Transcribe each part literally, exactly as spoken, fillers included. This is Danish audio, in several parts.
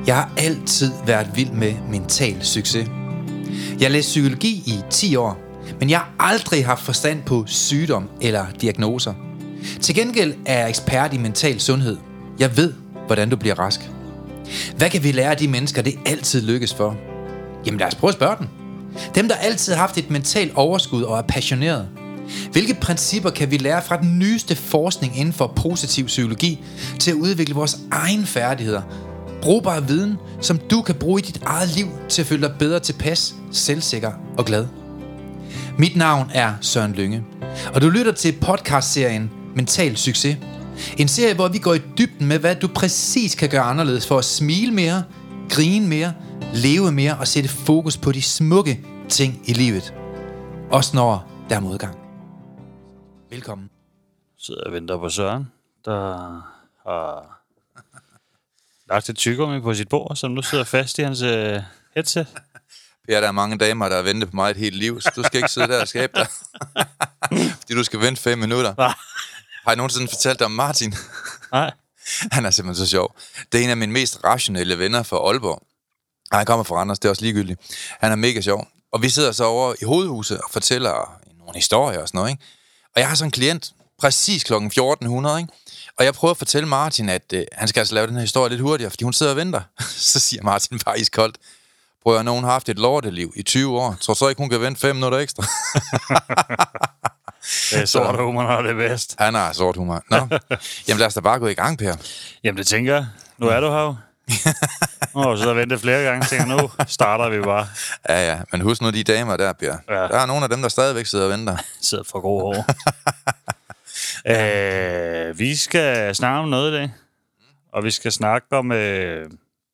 Jeg har altid været vild med mental succes. Jeg læste psykologi i ti år, men jeg har aldrig haft forstand på sygdom eller diagnoser. Til gengæld er jeg ekspert i mental sundhed. Jeg ved, hvordan du bliver rask. Hvad kan vi lære af de mennesker, det altid lykkes for? Jamen lad os prøve at spørge dem. Dem, der altid har haft et mentalt overskud og er passioneret. Hvilke principper kan vi lære fra den nyeste forskning inden for positiv psykologi til at udvikle vores egne færdigheder? Brugbar viden, som du kan bruge i dit eget liv til at føle dig bedre tilpas, selvsikker og glad. Mit navn er Søren Lynge, og du lytter til podcastserien Mental Succes. En serie, hvor vi går i dybden med, hvad du præcis kan gøre anderledes for at smile mere, grine mere, leve mere og sætte fokus på de smukke ting i livet. Også når der er modgang. Velkommen. Sidder og venter på Søren, der har lagt et tyggegummi på sit bord, som nu sidder fast i hans uh, headset. Per, der er mange damer, der har ventet på mig et helt liv, så du skal ikke sidde der og skabe dig. Fordi du skal vente fem minutter. Nej. Har jeg nogensinde fortalt dig om Martin? Nej. Han er simpelthen så sjov. Det er en af mine mest rationelle venner fra Aalborg. Han kommer fra Randers, det er også ligegyldigt. Han er mega sjov. Og vi sidder så over i hovedhuset og fortæller nogle historier og sådan noget, ikke? Og jeg har sådan en klient, præcis klokken fjorten hundrede, ikke? Og jeg prøver at fortælle Martin, at øh, han skal altså lave den her historie lidt hurtigere, fordi hun sidder og venter. Så siger Martin bare iskoldt: prøv at nogen har haft et lorteliv i tyve år. Tror så ikke, hun kan vente fem minutter ekstra? Det er sort humor, når det er bedst. Han har sort humor. Nå, jamen lad os da bare gå i gang, Per. Jamen det tænker jeg. Nu er du her jo. Nu har du siddet og ventet flere gange, tænker nu starter vi bare. Ja, ja, men husk nu de damer der, Per. Ja. Der er nogle af dem, der stadigvæk sidder og venter. Sidder for gode hår. Æh, vi skal snakke om noget i dag. Og vi skal snakke om øh,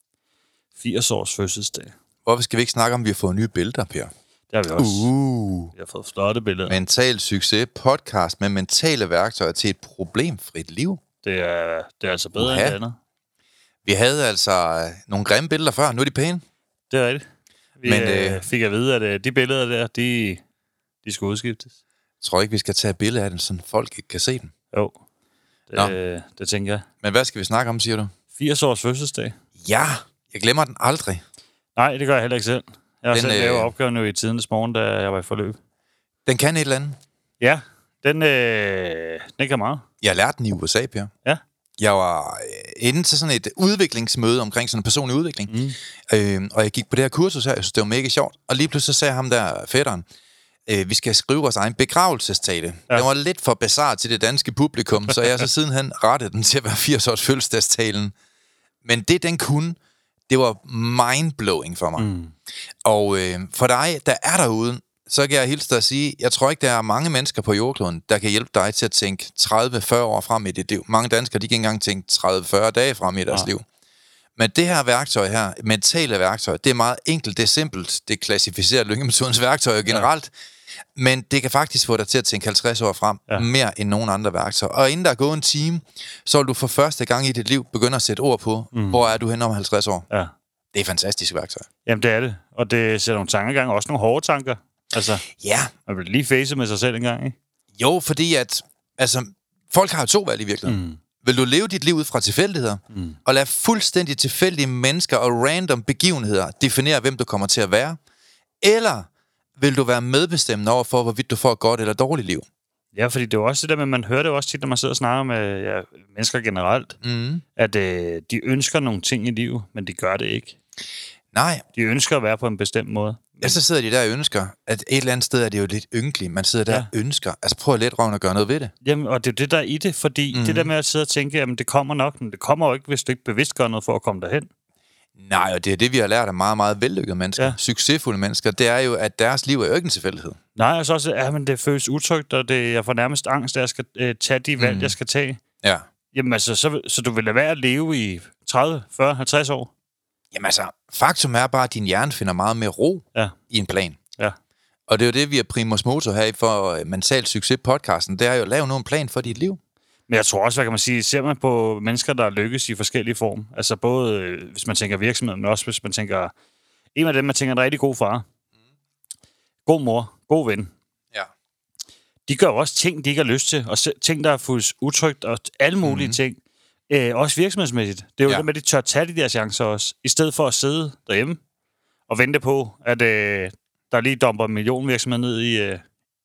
firs års fødselsdag. Hvorfor skal vi ikke snakke om, at vi har fået nye billeder, Per? Det har vi også. Uh. Vi har fået flotte billeder. Mental Succes podcast med mentale værktøjer til et problemfrit liv. Det er, det er altså bedre Uha. end det andet. Vi havde altså nogle grimme billeder før, nu er de pæne. Det er rigtigt. Vi Men, øh, øh, fik at vide, at øh, de billeder der, de, de skulle udskiftes. Jeg tror ikke, vi skal tage et billede af dem, så folk ikke kan se dem. Jo, det, øh, det tænker jeg. Men hvad skal vi snakke om, siger du? firs års fødselsdag. Ja, jeg glemmer den aldrig. Nej, det gør jeg heller ikke selv. Jeg har Den, selv lavet øh, opgaven jo i tidens morgen, da jeg var i forløb. Den kan et eller andet. Ja, den, øh, den kan meget. Jeg lærte den i U S A, Per. Ja. Jeg var inde til sådan et udviklingsmøde omkring sådan en personlig udvikling. Mm. Øh, og jeg gik på det her kursus her, jeg synes, det var mega sjovt. Og lige pludselig så sagde ham der, fætteren, øh, vi skal skrive vores egen begravelsestale. Ja. Den var lidt for bizarre til det danske publikum, så jeg så sidenhen rettede den til at være firs års fødselsdagstalen. Men det, den kunne, det var mindblowing for mig. Mm. Og øh, for dig, der er derude, så kan jeg hilse dig at sige, jeg tror ikke, der er mange mennesker på jordkloden, der kan hjælpe dig til at tænke tredive til fyrre år frem i dit liv. Mange danskere, de kan ikke engang tænke tredive til fyrre dage frem i deres ja. liv. Men det her værktøj her, mentale værktøj, det er meget enkelt, det er simpelt, det klassificerer Lyngemetodens værktøjer generelt, ja. Men det kan faktisk få dig til at tænke halvtreds år frem, ja. mere end nogen andre værktøjer. Og inden der er gået en time, så vil du for første gang i dit liv begynde at sætte ord på, mm. hvor er du henne om halvtreds år. Ja. Det er et fantastisk værktøj. Jamen det er det, og det sætter nogle tankegang, også nogle hårde tanker. Altså, ja. Man vil lige face med sig selv en gang, ikke? Jo, fordi at, altså, folk har jo to valg i virkeligheden. Mm. Vil du leve dit liv ud fra tilfældigheder, mm. og lade fuldstændig tilfældige mennesker og random begivenheder definere, hvem du kommer til at være? Eller vil du være medbestemmende over for, hvorvidt du får et godt eller dårligt liv? Ja, fordi det er jo også det der med, man hører det jo også tit, når man sidder og snakker med ja, mennesker generelt, mm. at øh, de ønsker nogle ting i livet, men de gør det ikke. Nej. De ønsker at være på en bestemt måde. Ja, så sidder de der og ønsker, at et eller andet sted er det jo lidt ynkeligt. Man sidder der ja. og ønsker. Altså prøv at let røven og gøre noget ved det. Jamen, og det er det, der er i det, fordi mm. det der med at sidde og tænke, jamen det kommer nok, men det kommer jo ikke, hvis du ikke bevidst gør noget for at komme derhen. Nej, og det er det, vi har lært af meget, meget vellykkede mennesker, ja. succesfulde mennesker, det er jo, at deres liv er jo ikke en tilfældighed. Nej, og så også, ja, men det føles utrygt, og det, jeg får nærmest angst, at jeg skal øh, tage de valg, mm. jeg skal tage. Ja. Jamen altså, så, så du vil lade være at leve i tredive, fyrre, halvtreds år? Jamen altså, faktum er bare, at din hjerne finder meget mere ro ja. i en plan. Ja. Og det er jo det, vi er primus motor her for Mental Succes podcasten, det er jo at lave nogen plan for dit liv. Men jeg tror også, hvad kan man sige, ser man på mennesker, der lykkes i forskellige form, altså både, øh, hvis man tænker virksomhed, men også hvis man tænker, en af dem, man tænker, en rigtig god far, mm. god mor, god ven. Ja. De gør jo også ting, de ikke har lyst til, og ting, der er fuldt utrygt, og alle mulige mm. ting. Øh, også virksomhedsmæssigt. Det er jo Ja. det med, at de tør tage de der chancer også, i stedet for at sidde derhjemme og vente på, at øh, der lige dumper en million virksomheder ned i, øh,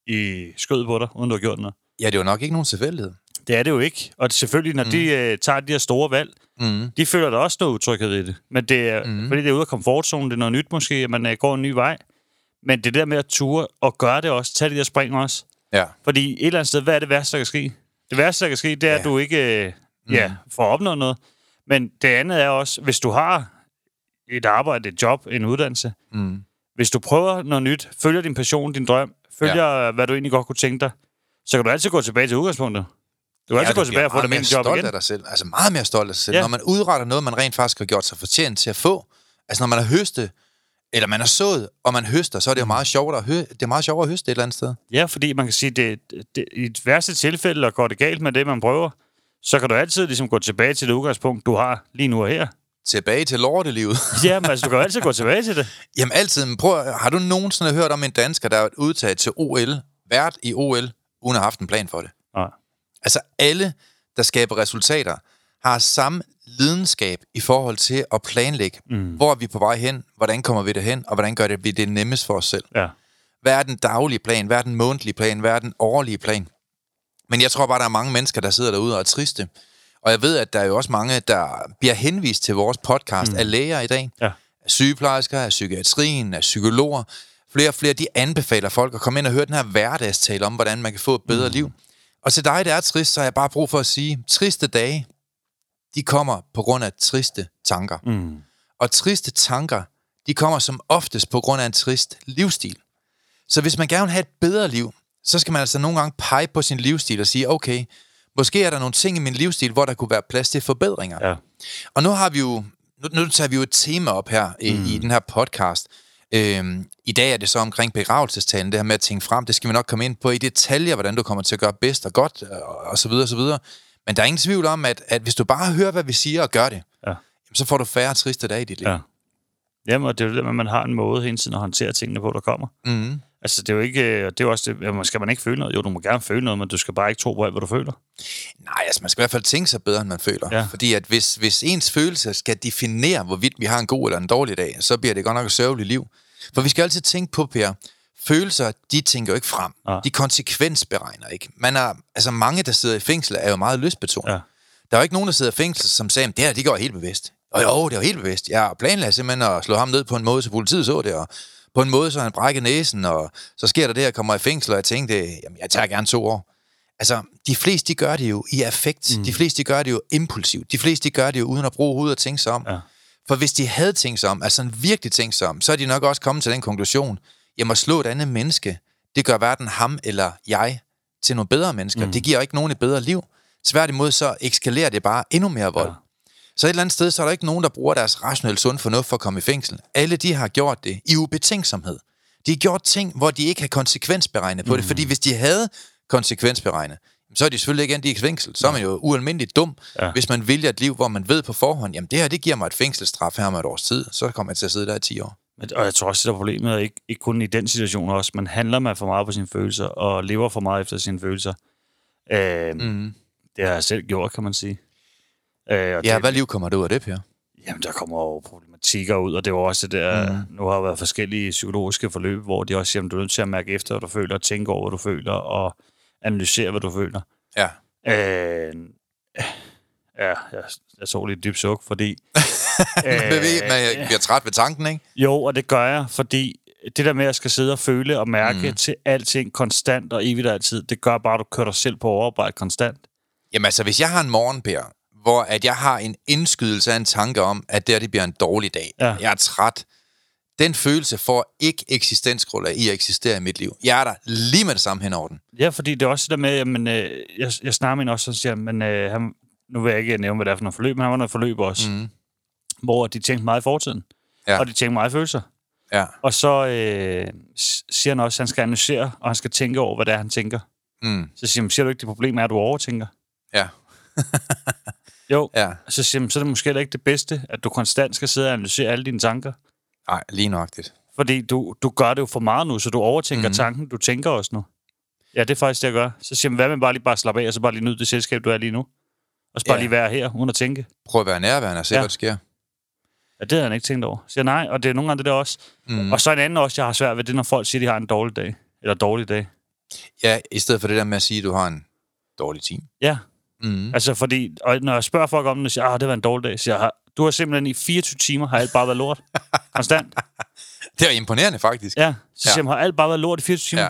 i skødet på dig, uden du har gjort noget. Ja, det er jo nok ikke nogen tilfældighed. Det er det jo ikke. Og selvfølgelig, når mm. de øh, tager de her store valg, Mm. de føler der også noget utryghed i det. Men det er, mm. fordi det er ude af komfortzonen, det er noget nyt måske, at man øh, går en ny vej. Men det der med at ture og gøre det også, tage de der spring også. Ja. Fordi et eller andet sted, hvad er det værste, der kan ske? Det værste, der kan ske, det er, ja. at du ikke øh, ja, får opnået noget. Men det andet er også, hvis du har et arbejde, et job, en uddannelse, Mm. hvis du prøver noget nyt, følger din passion, din drøm, følger, ja. hvad du egentlig godt kunne tænke dig, så kan du altid gå tilbage til udgangspunktet. Du kan altid gå tilbage og få det med job igen. Af dig selv. Altså meget mere stolt af sig selv. Ja. Når man udretter noget, man rent faktisk har gjort sig fortjent til at få. Altså når man har høstet, eller man har sået, og man høster, så er det jo meget sjovere at, hø- det er meget sjovere at høste et eller andet sted. Ja, fordi man kan sige, det, det i et værste tilfælde, og går det galt med det, man prøver, så kan du altid ligesom gå tilbage til det udgangspunkt, du har lige nu og her. Tilbage til lortelivet. Ja, men altså, du kan altid gå tilbage til det. Jamen altid. Men prøv, har du nogensinde hørt om en dansker, der er udtaget til O L, vært i O L, uden at have haft en plan for det? Nej. Altså alle, der skaber resultater, har samme lidenskab i forhold til at planlægge, mm. hvor er vi på vej hen, hvordan kommer vi derhen, og hvordan gør det, vi det nemmest for os selv. Ja. Hvad er den daglige plan, hvad er den månedlige plan, hvad er den årlige plan? Men jeg tror bare, der er mange mennesker, der sidder derude og er triste. Og jeg ved, at der er jo også mange, der bliver henvist til vores podcast mm. af læger i dag, ja. af sygeplejersker, af psykiatrien, af psykologer. Flere og flere, de anbefaler folk at komme ind og høre den her hverdagstale om, hvordan man kan få et bedre mm. liv. Og til dig, der er trist, så har jeg bare brug for at sige, triste dage, de kommer på grund af triste tanker. Mm. Og triste tanker, de kommer som oftest på grund af en trist livsstil. Så hvis man gerne vil have et bedre liv, så skal man altså nogle gange pege på sin livsstil og sige, okay, måske er der nogle ting i min livsstil, hvor der kunne være plads til forbedringer. Ja. Og nu har vi jo, nu, nu tager vi jo et tema op her i, mm. i den her podcast. Øhm, I dag er det så omkring begravelsestalen, det her med at tænke frem, det skal vi nok komme ind på i detaljer, hvordan du kommer til at gøre bedst og godt, og, og så videre, og så videre. Men der er ingen tvivl om, at, at hvis du bare hører, hvad vi siger og gør det, ja. så får du færre triste dage i dit liv. Ja. Jamen, og det er jo det, at man har en måde hele tiden at håndtere tingene på, der kommer. Mm. Altså, det er jo ikke, det er jo også det, skal man ikke føle noget? Jo, du må gerne føle noget, men du skal bare ikke tro på alt, hvad du føler. Nej, altså man skal i hvert fald tænke sig bedre, end man føler. Ja. Fordi at hvis, hvis ens følelser skal definere, hvorvidt vi har en god eller en dårlig dag, så bliver det godt nok et sørgeligt liv. For vi skal altid tænke på, Per, følelser, de tænker jo ikke frem. Ja. De konsekvensberegner ikke. Man er, altså mange, der sidder i fængsel, er jo meget lystbetonet. Ja. Der er jo ikke nogen, der sidder i fængsel, som sagde, det her, de går helt bevidst. Og jo, det er jo helt bevidst. Jeg planlagde simpelthen at slå ham ned på en måde, så politiet så det, og på en måde, så han brækker næsen, og så sker der det, jeg kommer i fængsel, og jeg tænkte, jamen, jeg tager gerne to år. Altså, de fleste, de gør det jo i affekt. Mm. De fleste, de gør det jo impulsivt. De fleste, de gør det jo uden at bruge hovedet og tænke sig om. Ja. For hvis de havde tænkt sig om, altså en virkelig tænkt sig om, så er de nok også kommet til den konklusion, jeg må slå et andet menneske. Det gør hverken ham eller jeg til nogle bedre mennesker. Mm. Det giver ikke nogen et bedre liv. Tværtimod så eskalerer det bare endnu mere vold. Ja. Så et eller andet sted, så er der ikke nogen, der bruger deres rationelle sund fornuft for at komme i fængsel. Alle de har gjort det i ubetænksomhed. De har gjort ting, hvor de ikke har konsekvensberegnet på mm. det. Fordi hvis de havde konsekvensberegnet, så er de selvfølgelig ikke endt i fængsel. Så er man jo ualmindeligt dum, ja. Hvis man vælger et liv, hvor man ved på forhånd, jamen det her, det giver mig et fængselsstraf her med et års tid. Så kommer jeg til at sidde der i ti år. Og jeg tror også, det er problemet, ikke, ikke kun i den situation også. Man handler med for meget på sine følelser, og lever for meget efter sine følelser. Øh, mm. Det har jeg selv gjort, kan man sige. Øh, ja, det, hvad liv kommer det ud af det, Per? Jamen, der kommer jo problematikker ud, og det var også det der, mm. nu har der været forskellige psykologiske forløb, hvor de også siger, at du er nødt til at mærke efter, hvad du føler, og tænke over, hvad du føler, og analysere, hvad du føler. Ja. Øh, ja, jeg, jeg så lidt dybt suk, fordi... øh, men jeg bliver træt ved tanken, ikke? Jo, og det gør jeg, fordi det der med, at jeg skal sidde og føle og mærke mm. til alting konstant og evigt altid, det gør bare, at du kører dig selv på overarbejde konstant. Jamen altså, hvis jeg har en morgen, Per, hvor at jeg har en indskydelse af en tanke om, at det her, det bliver en dårlig dag. Ja. Jeg er træt. Den følelse får ikke eksistensgrundlag i at eksistere i mit liv. Jeg er der lige med det samme hen over den. Ja, fordi det er også det der med, jamen, øh, jeg, jeg snakker med en også, og siger, men øh, han, nu vil jeg ikke nævne, hvad det er for noget forløb, men han var noget forløb også, mm. hvor de tænkte meget i fortiden, ja. Og de tænkte meget i følelser. Ja. Og så øh, siger han også, at han skal analysere, og han skal tænke over, hvad det er, han tænker. Mm. Så siger han, siger du ikke, det problem er, at du overtænker? Ja. Jo, ja. Så siger han, så er det måske ikke det bedste, at du konstant skal sidde og analysere alle dine tanker. Nej, lige nøjagtigt. Fordi du, du gør det jo for meget nu, så du overtænker mm-hmm. tanken, du tænker også nu. Ja, det er faktisk det, jeg gør. Så siger man, hvad med bare lige bare slappe af, og så bare lige nyde det selskab, du er lige nu? Og så bare Ja. lige være her, uden at tænke. Prøv at være nærværende og se, Ja. hvad der sker. Ja, det havde han ikke tænkt over. Så siger nej, og det er nogle gange det der også. Mm. Og så en anden også, jeg har svært ved, det er, når folk siger, de har en dårlig dag. Eller dårlig dag. Ja, i stedet for det der med at sige, at du har en dårlig time. Ja. Mm. Altså, fordi, og når jeg spørger folk om det, siger jeg, ah, det var en dårlig dag. Så siger jeg, du har simpelthen i fireogtyve timer, har alt bare været lort. Konstant. Det er imponerende, faktisk. Ja, så Ja. siger jeg, har alt bare været lort i fireogtyve timer? Ja.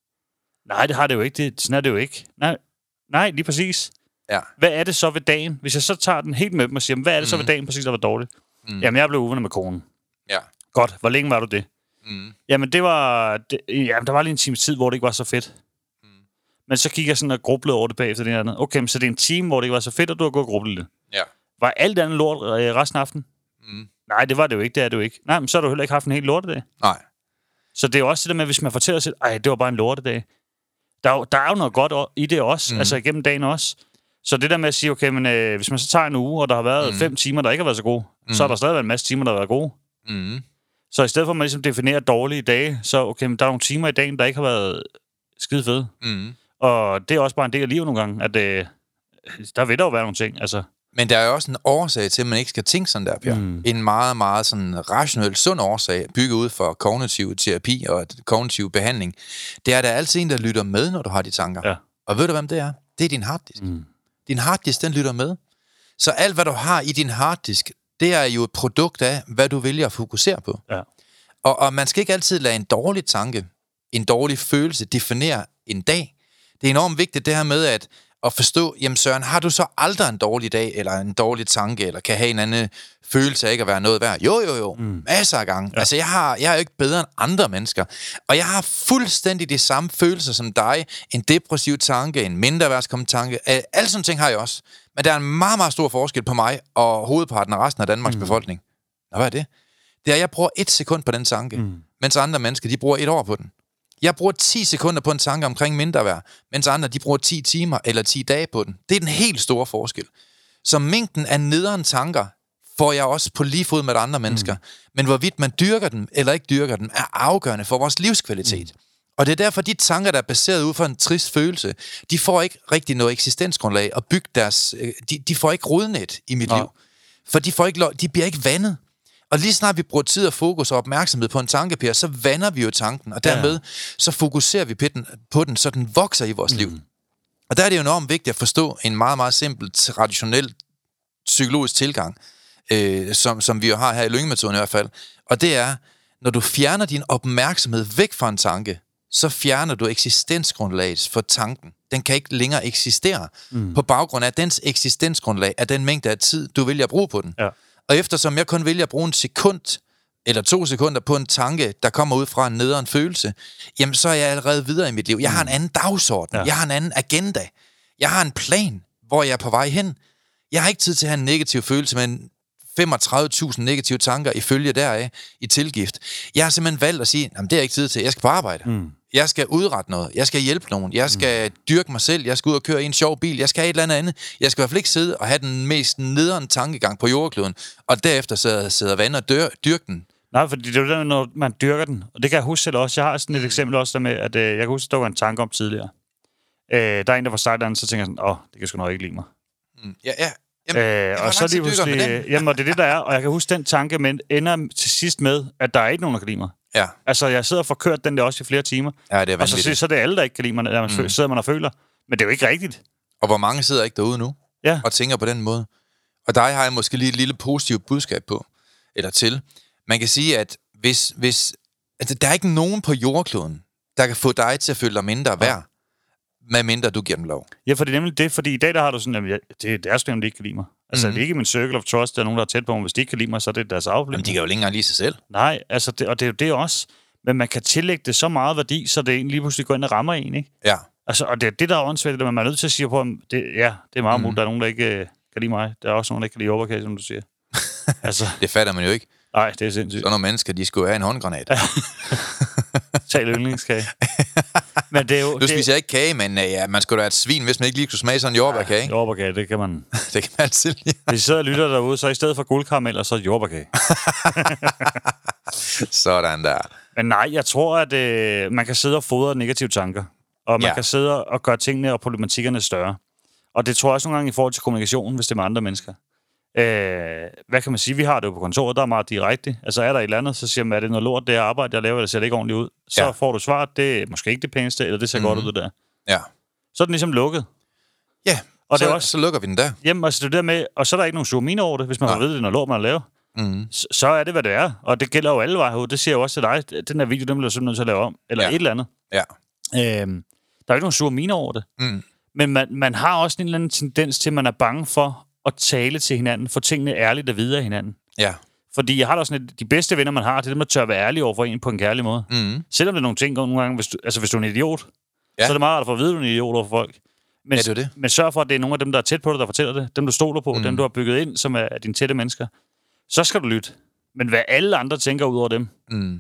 Nej, det har det jo ikke. Det, sådan er det jo ikke. Nej, nej, lige præcis. Ja. Hvad er det så ved dagen? Hvis jeg så tager den helt med dem og siger, hvad er det så ved dagen præcis, der var dårligt? Mm. Jamen, jeg blev uvenner med konen. Ja. Godt, hvor længe var du det? Mm. Jamen, det var... Det, jamen, der var lige en time tid, hvor det ikke var så fedt. Mm. Men så kigger jeg sådan og grublede over det bagefter det andet. Okay, men så det er en time, hvor det ikke var så fedt, og du har gået og grublet det. Ja. Var alt andet lort øh, resten af aftenen? Mm. Nej, det var det jo ikke, det er det jo ikke. Nej, men så har du heller ikke haft en helt lortedag. Nej. Så det er jo også det der med, hvis man fortæller sig, ej, det var bare en lortedag. Der er jo, der er jo noget godt i det også, mm. altså igennem dagen også. Så det der med at sige, okay, men øh, hvis man så tager en uge, og der har været mm. fem timer, der ikke har været så gode, mm. så har der stadig været en masse timer, der har været gode. Mm. Så i stedet for, at man ligesom definerer dårlige dage, så okay, men der er nogle timer i dagen, der ikke har været skide fede. Mm. Og det er også bare en del af livet nogle gange, at øh, der vil der jo være nogle ting, altså. Men der er jo også en årsag til, at man ikke skal tænke sådan der, Per. Mm. En meget, meget sådan rationel, sund årsag, bygget ud for kognitiv terapi og kognitiv behandling. Det er der altid en, der lytter med, når du har de tanker. Ja. Og ved du, hvem det er? Det er din harddisk. Mm. Din harddisk, den lytter med. Så alt, hvad du har i din harddisk, det er jo et produkt af, hvad du vælger at fokusere på. Ja. Og, og man skal ikke altid lade en dårlig tanke, en dårlig følelse definere en dag. Det er enormt vigtigt det her med at, at forstå, jamen Søren, har du så aldrig en dårlig dag, eller en dårlig tanke, eller kan have en anden følelse af ikke at være noget værd? Jo, jo, jo. Mm. Masser af gange. Ja. Altså, jeg, har, jeg er jo ikke bedre end andre mennesker. Og jeg har fuldstændig de samme følelser som dig. En depressiv tanke, en mindreværdskommen tanke. Alle sådan ting har jeg også. Men der er en meget, meget stor forskel på mig og hovedparten af resten af Danmarks mm. befolkning. Nå, hvad er det? Det er, at jeg bruger et sekund på den tanke, mm. mens andre mennesker, de bruger et år på den. Jeg bruger ti sekunder på en tanke omkring mindreværd, mens andre, de bruger ti timer eller ti dage på den. Det er den helt store forskel. Så mængden af nederen tanker får jeg også på lige fod med andre mennesker. Mm. Men hvorvidt man dyrker dem eller ikke dyrker dem, er afgørende for vores livskvalitet. Mm. Og det er derfor, de tanker, der er baseret ud fra en trist følelse, de får ikke rigtig noget eksistensgrundlag og bygge deres... De, de får ikke rodnet i mit ja. liv. For de, får ikke lov, de bliver ikke vandet. Og lige snart vi bruger tid og fokus og opmærksomhed på en tanke, Per, så vander vi jo tanken, og dermed ja. så fokuserer vi på den, på den, så den vokser i vores mm. liv. Og der er det jo enormt vigtigt at forstå en meget, meget simpel, traditionel psykologisk tilgang, øh, som, som vi jo har her i Lynge-metoden i hvert fald. Og det er, når du fjerner din opmærksomhed væk fra en tanke, så fjerner du eksistensgrundlaget for tanken. Den kan ikke længere eksistere mm. på baggrund af dens eksistensgrundlag af den mængde af tid, du vælger at bruge på den. Ja. Og eftersom jeg kun vælger at bruge en sekund eller to sekunder på en tanke, der kommer ud fra en nederen følelse, jamen så er jeg allerede videre i mit liv. Jeg har en anden dagsorden. Ja. Jeg har en anden agenda. Jeg har en plan, hvor jeg er på vej hen. Jeg har ikke tid til at have en negativ følelse, men femogtredive tusind negative tanker ifølge deraf i tilgift. Jeg har simpelthen valgt at sige, jamen det er ikke tid til. Jeg skal på arbejde. Mm. Jeg skal udrette noget. Jeg skal hjælpe nogen. Jeg skal mm. dyrke mig selv. Jeg skal ud og køre i en sjov bil. Jeg skal have et eller andet andet. Jeg skal i hvert fald ikke sidde og have den mest nederen tankegang på jordkloden, og derefter sidde, sidde og vande og dør, dyrke den. Nej, fordi det er jo der, når man dyrker den. Og det kan jeg huske selv også. Jeg har sådan et eksempel også der med, at øh, jeg kan huske, at der var en tanke om tidligere. Øh, der er en, der var sagt andet, så tænker jeg sådan, åh, det kan sgu nok ikke lide mig. Mm. Ja, ja. Jamen, øh, og så lige pludselig, jamen, og det er det, der er. Og jeg kan huske den tanke, men ender til sidst med, at der er ikke nogen, der kan lide mig. Ja. Altså, jeg sidder og får kørt den der også i flere timer. Ja, det er og så, så er det alle, der ikke kan lide mig, der man mm. sidder man og føler. Men det er jo ikke rigtigt. Og hvor mange sidder ikke derude nu ja. og tænker på den måde. Og dig har jeg måske lige et lille positivt budskab på, eller til. Man kan sige, at hvis, hvis altså, der er ikke nogen på jordkloden, der kan få dig til at føle dig mindre værd, med mindre du giver dem lov. Ja, for det er nemlig det, fordi i dag der har du sådan, at det er deres problem, de ikke kan lide mig. Altså, mm-hmm. det er ikke min circle of trust, der er nogen, der er tæt på mig. Hvis de ikke kan lide mig, så er det deres afproblem. Men de kan jo ikke engang lide sig selv. Nej, altså, det, og det er jo det også. Men man kan tillægge det så meget værdi, så det lige pludselig går ind og rammer en, ikke? Ja. Altså, og det er det, der er åndssvagt, at man er nødt til at sige på, at det, ja, det er meget muligt, mm. der er nogen, der ikke uh, kan lide mig. Der er også nogen, der ikke kan lide overkage, som du siger. Altså. Det fatter man jo ikke. Nej, det er sindssygt. Så nogle mennesker, de skulle have en håndgranat. Tal yndlingskage. Men det er jo, du spiser det... ikke kage, men ja, man skulle da have et svin, hvis man ikke lige kunne smage sådan en jordbærkage. Ja, jordbærkage, det kan man... det kan man altid lide. Hvis I sidder og lytter derude, så i stedet for guldkarameller, så er det jordbærkage. Sådan der. Men nej, jeg tror, at øh, man kan sidde og fodre negative tanker. Og man ja. kan sidde og gøre tingene og problematikkerne større. Og det tror jeg også nogle gange i forhold til kommunikationen, hvis det er med andre mennesker. Øh, hvad kan man sige? Vi har det jo på kontoret, der er meget direkte. Altså er der et eller andet, så siger man, er det noget lort, det her arbejde, jeg laver, det ser det ikke ordentligt ud. Så ja. får du svaret, det er måske ikke det pæneste, eller det ser mm-hmm. godt ud der. Ja. Så er den ligesom lukket. Ja, og så, det er også, så lukker vi den der. Jamen, altså det der med, og så er der ikke nogen sure miner over det, hvis man har ved, det er noget lort, man laver. Mm. Så, så er det, hvad det er. Og det gælder jo alle veje. Det siger jeg også til dig. Den her video, den bliver simpelthen nødt til at lave om. Eller ja. et eller andet. Ja. Øhm, der er ikke nogen sure miner over det. Mm. Men man, man har også en eller anden tendens til, at man er bange for at tale til hinanden, for tingene ærligt at vide af hinanden. Ja. Fordi jeg har da også sådan et, de bedste venner, man har, det er dem, der tør at være ærlige over for en på en kærlig måde. Mm. Selvom det er nogle ting, nogle gange, hvis du, altså hvis du er en idiot, ja. så er det meget rart at få at vide, at du er en idiot over for folk. Men, ja, det er det. men sørg for, at det er nogle af dem, der er tæt på dig, der fortæller det. Dem, du stoler på, mm. dem, du har bygget ind, som er dine tætte mennesker. Så skal du lytte. Men hvad alle andre tænker ud over dem, mm.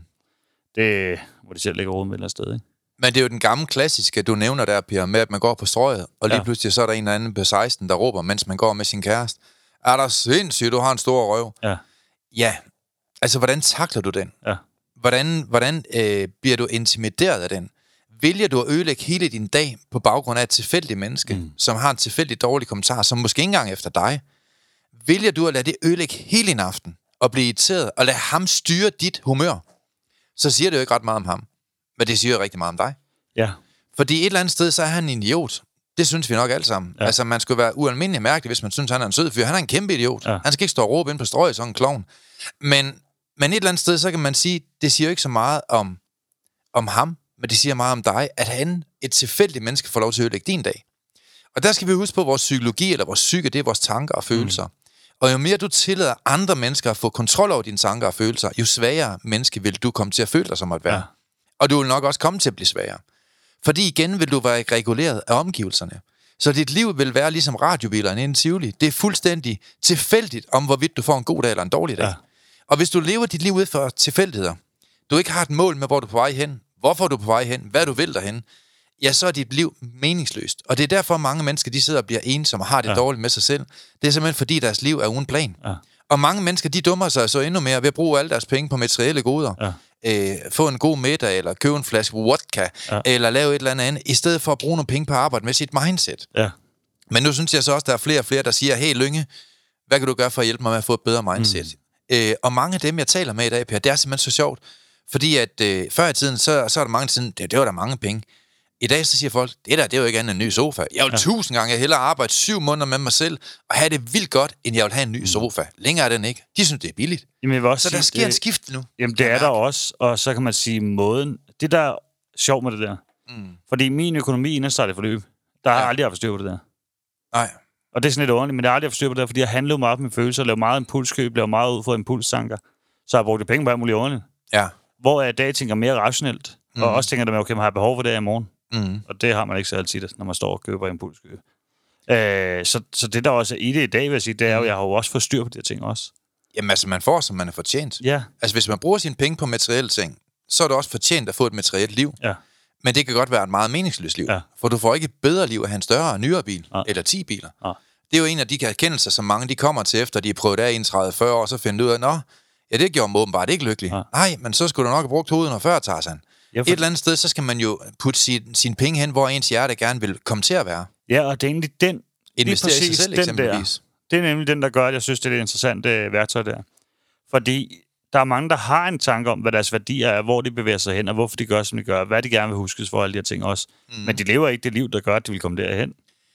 det må de selv lægge råd med et eller andet sted, ikke? Men det er jo den gamle klassiske, du nævner der, Per, med at man går på strøget, og lige ja. pludselig så er der en eller anden på seksten, der råber, mens man går med sin kæreste. Er der sindssygt, du har en stor røv? Ja. Ja. Altså, hvordan takler du den? Ja. Hvordan, hvordan øh, bliver du intimideret af den? Vælger du at ødelægge hele din dag på baggrund af et tilfældigt menneske, mm. som har en tilfældig dårlig kommentar, som måske ikke engang efter dig? Vælger du at lade det ødelægge hele din aften, og blive irriteret, og lade ham styre dit humør? Så siger det jo ikke ret meget om ham. Men det siger jo rigtig meget om dig. Ja. Fordi et eller andet sted, så er han en idiot. Det synes vi nok alle sammen. Ja. Altså, man skulle være ualmindelig mærkelig, hvis man synes, han er en sød fyr. Han er en kæmpe idiot. Ja. Han skal ikke stå og råbe ind på strøget, sådan en klovn. Men, men et eller andet sted, så kan man sige, det siger jo ikke så meget om, om ham, men det siger meget om dig, at han, et tilfældigt menneske, får lov til at ødelægge din dag. Og der skal vi huske på, at vores psykologi, eller vores psyke, det er vores tanker og følelser. Mm. Og jo mere du tillader andre mennesker at få kontrol over dine tanker og følelser, jo svagere menneske vil du komme til at føle dig som at være. Ja. Og du vil nok også komme til at blive svagere. Fordi igen vil du være reguleret af omgivelserne. Så dit liv vil være ligesom radiobilerne i en Tivoli. Det er fuldstændig tilfældigt om, hvorvidt du får en god dag eller en dårlig dag. Ja. Og hvis du lever dit liv ud for tilfældigheder, du ikke har et mål med, hvor du er på vej hen, hvorfor du er på vej hen, hvad du vil derhen, ja, så er dit liv meningsløst. Og det er derfor, mange mennesker de sidder og bliver ensomme og har det ja. dårligt med sig selv. Det er simpelthen, fordi deres liv er uden plan. Ja. Og mange mennesker, de dummer sig så endnu mere ved at bruge alle deres penge på materielle goder. Ja. Øh, få en god middag, eller købe en flaske vodka, ja. eller lave et eller andet andet, i stedet for at bruge nogle penge på arbejde med sit mindset. Ja. Men nu synes jeg så også, der er flere og flere, der siger, hey Lynge, hvad kan du gøre for at hjælpe mig med at få et bedre mindset? Mm. Øh, og mange af dem, jeg taler med i dag, Per, det er simpelthen så sjovt, fordi at øh, før i tiden, så, så er der mange tiden, det, det var der mange penge. I dag så siger folk, det der, det er jo ikke andet en ny sofa. Jeg vil ja. tusind gange hellere arbejde syv måneder med mig selv, og have det vildt godt, end jeg vil have en ny mm. sofa. Længere er den ikke. De synes, det er billigt. Jamen, jeg vil også så sige, der sker det, en skift nu. Jamen, det er der også, og så kan man sige måden. Det der er sjovt med det der. Mm. Fordi min økonomi inden startede forløb, der har ja. jeg aldrig haft styr på det der. Nej. Og det er sådan lidt ordentligt, men jeg har aldrig haft styr på det der, fordi jeg handlede meget på mine følelser, lavede meget impulskøb, lavede meget ud for impulstanker. Så jeg brugte penge på alt muligt ordentligt. Ja. Hvor jeg i dag tænker mere rationelt, mm. og også tænker, at okay, man har behov for det her i morgen. Mm. Og det har man ikke så altid, når man står og køber impulskøb. Øh, så, så det der også er i det i dag, vil jeg sige, det er jo, jeg har jo også fået styr på de her ting også. Jamen altså, man får, som man er fortjent. Ja. Altså, hvis man bruger sine penge på materielle ting, så er det også fortjent at få et materielt liv. Ja. Men det kan godt være et meget meningsløst liv. Ja. For du får ikke et bedre liv at have en større og nyere bil, ja. eller ti biler. Ja. Det er jo en af de erkendelser, som mange de kommer til, efter de har prøvet af enogtredive til fyrre år, og så finder ud af, nå, ja, det gjorde mig åbenbart ikke lykkelig. Ja. Nej, men så skulle du nok have brugt to hundrede og fyrre, Tarzan. Ja, for... Et eller andet sted, så skal man jo putte sine sin penge hen, hvor ens hjerte gerne vil komme til at være. Ja, og det er egentlig den... Investere i sig selv, eksempelvis. Der. Det er nemlig den, der gør, at jeg synes, det er et interessant øh, værktøj der. Fordi der er mange, der har en tanke om, hvad deres værdier er, hvor de bevæger sig hen, og hvorfor de gør, som de gør, hvad de gerne vil huskes for, alle de her ting også. Mm. Men de lever ikke det liv, der gør, at de vil komme derhen.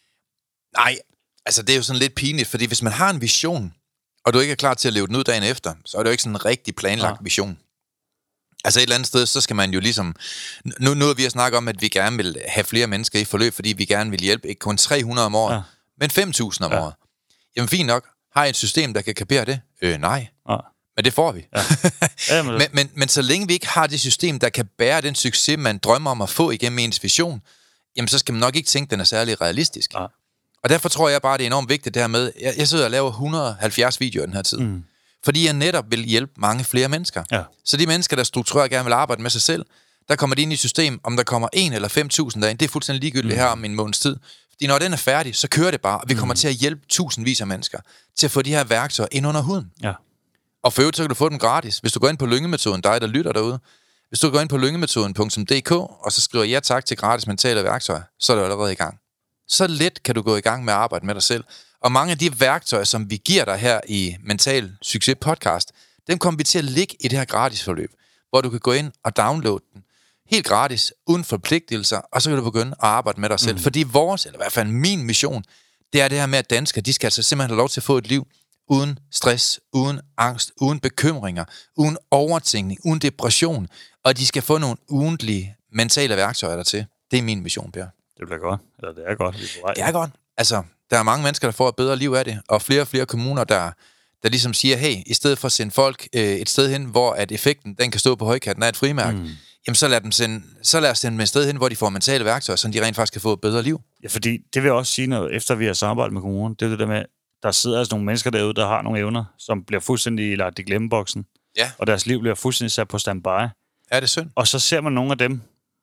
Nej, altså det er jo sådan lidt pinligt, fordi hvis man har en vision, og du ikke er klar til at leve den ud dagen efter, så er det jo ikke sådan en rigtig planlagt ja. vision. Altså et eller andet sted, så skal man jo ligesom... Nu, nu er vi at snakke om, at vi gerne vil have flere mennesker i forløb, fordi vi gerne vil hjælpe ikke kun tre hundrede om året, ja. men fem tusind om ja. året. Jamen fint nok. Har I et system, der kan kapere det? Øh, nej. Ja. Men det får vi. Ja. Ja, men, men, men, men så længe vi ikke har det system, der kan bære den succes, man drømmer om at få igennem ens vision, jamen så skal man nok ikke tænke, at den er særlig realistisk. Ja. Og derfor tror jeg bare, det er enormt vigtigt det her med... Jeg, jeg sidder og laver et hundrede og halvfjerds videoer den her tid. Mm. Fordi jeg netop vil hjælpe mange flere mennesker. Ja. Så de mennesker, der struktureret gerne vil arbejde med sig selv, der kommer de ind i system, om der kommer en eller fem tusind derind, det er fuldstændig ligegyldigt mm. her om en måneds tid. Fordi når den er færdig, så kører det bare, og vi kommer mm. til at hjælpe tusindvis af mennesker til at få de her værktøjer ind under huden. Ja. Og for øvrigt, så kan du få dem gratis. Hvis du går ind på Lyngemetoden, dig der lytter derude, hvis du går ind på lyngemetoden punktum d k, og så skriver ja tak til gratis mentale værktøjer, så er du allerede i gang. så let kan du gå i gang med at arbejde med dig selv. Og mange af de værktøjer, som vi giver dig her i Mental Succes podcast, dem kommer vi til at lægge i det her gratis forløb, hvor du kan gå ind og downloade den helt gratis, uden forpligtelser, og så kan du begynde at arbejde med dig selv. Mm. Fordi vores, eller i hvert fald min mission, det er det her med, at danskere, de skal altså simpelthen have lov til at få et liv uden stress, uden angst, uden bekymringer, uden overtænkning, uden depression, og de skal få nogle ugentlige mentale værktøjer dertil. Det er min mission, Per. Det bliver godt. Eller det er godt. Vi er på vej. Det er godt. Altså, der er mange mennesker, der får et bedre liv af det, og flere og flere kommuner, der, der ligesom siger, hey, i stedet for at sende folk øh, et sted hen, hvor at effekten, den kan stå på højkanten af et frimærke, mm. jamen så lad dem sende, så lad os sende dem et sted hen, hvor de får mentale værktøjer, så de rent faktisk kan få et bedre liv. Ja, fordi det vil jeg også sige, når, efter vi har samarbejdet med kommunen, det er det der med, der sidder altså nogle mennesker derude, der har nogle evner, som bliver fuldstændig lagt i glemmeboksen, ja. Og deres liv bliver fuldstændig sat på standby. Ja, det er synd. Og så ser man nogle af dem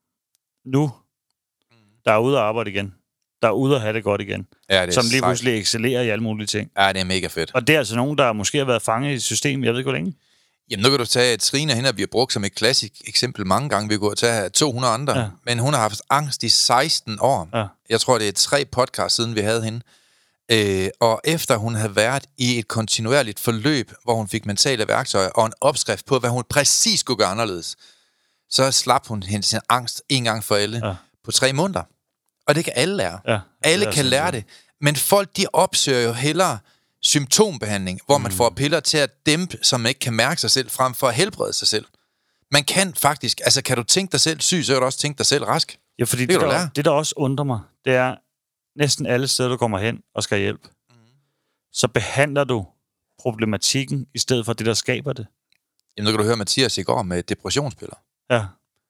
nu, der er ude at arbejde igen, der er ude at have det godt igen, ja, det som lige sejt. pludselig excellerer i alle mulige ting. Ja, det er mega fedt. Og det er altså nogen, der måske har været fanget i systemet, jeg ved ikke hvor længe. Jamen, nu kan du tage Trine, hende vi har brugt som et klassisk eksempel mange gange. Vi kunne tage to hundrede andre, ja. Men hun har haft angst i seksten år. Ja. Jeg tror, det er tre podcasts, siden vi havde hende. Øh, og efter hun havde været i et kontinuerligt forløb, hvor hun fik mentale værktøjer og en opskrift på, hvad hun præcis skulle gøre anderledes, så slap hun hendes angst en gang for alle ja. På tre måneder. Og det kan alle lære. Ja, alle kan lære det. Men folk, de opsøger jo hellere symptombehandling, hvor man mm. får piller til at dæmpe, så man ikke kan mærke sig selv, frem for at helbrede sig selv. Man kan faktisk, altså kan du tænke dig selv syg, så kan du også tænke dig selv rask. Ja, fordi det, det, der, det der også undrer mig, det er, næsten alle steder, du kommer hen og skal hjælpe, mm. så behandler du problematikken, i stedet for det, der skaber det. Jamen, nu kan du høre Mathias i går med depressionspiller. Ja.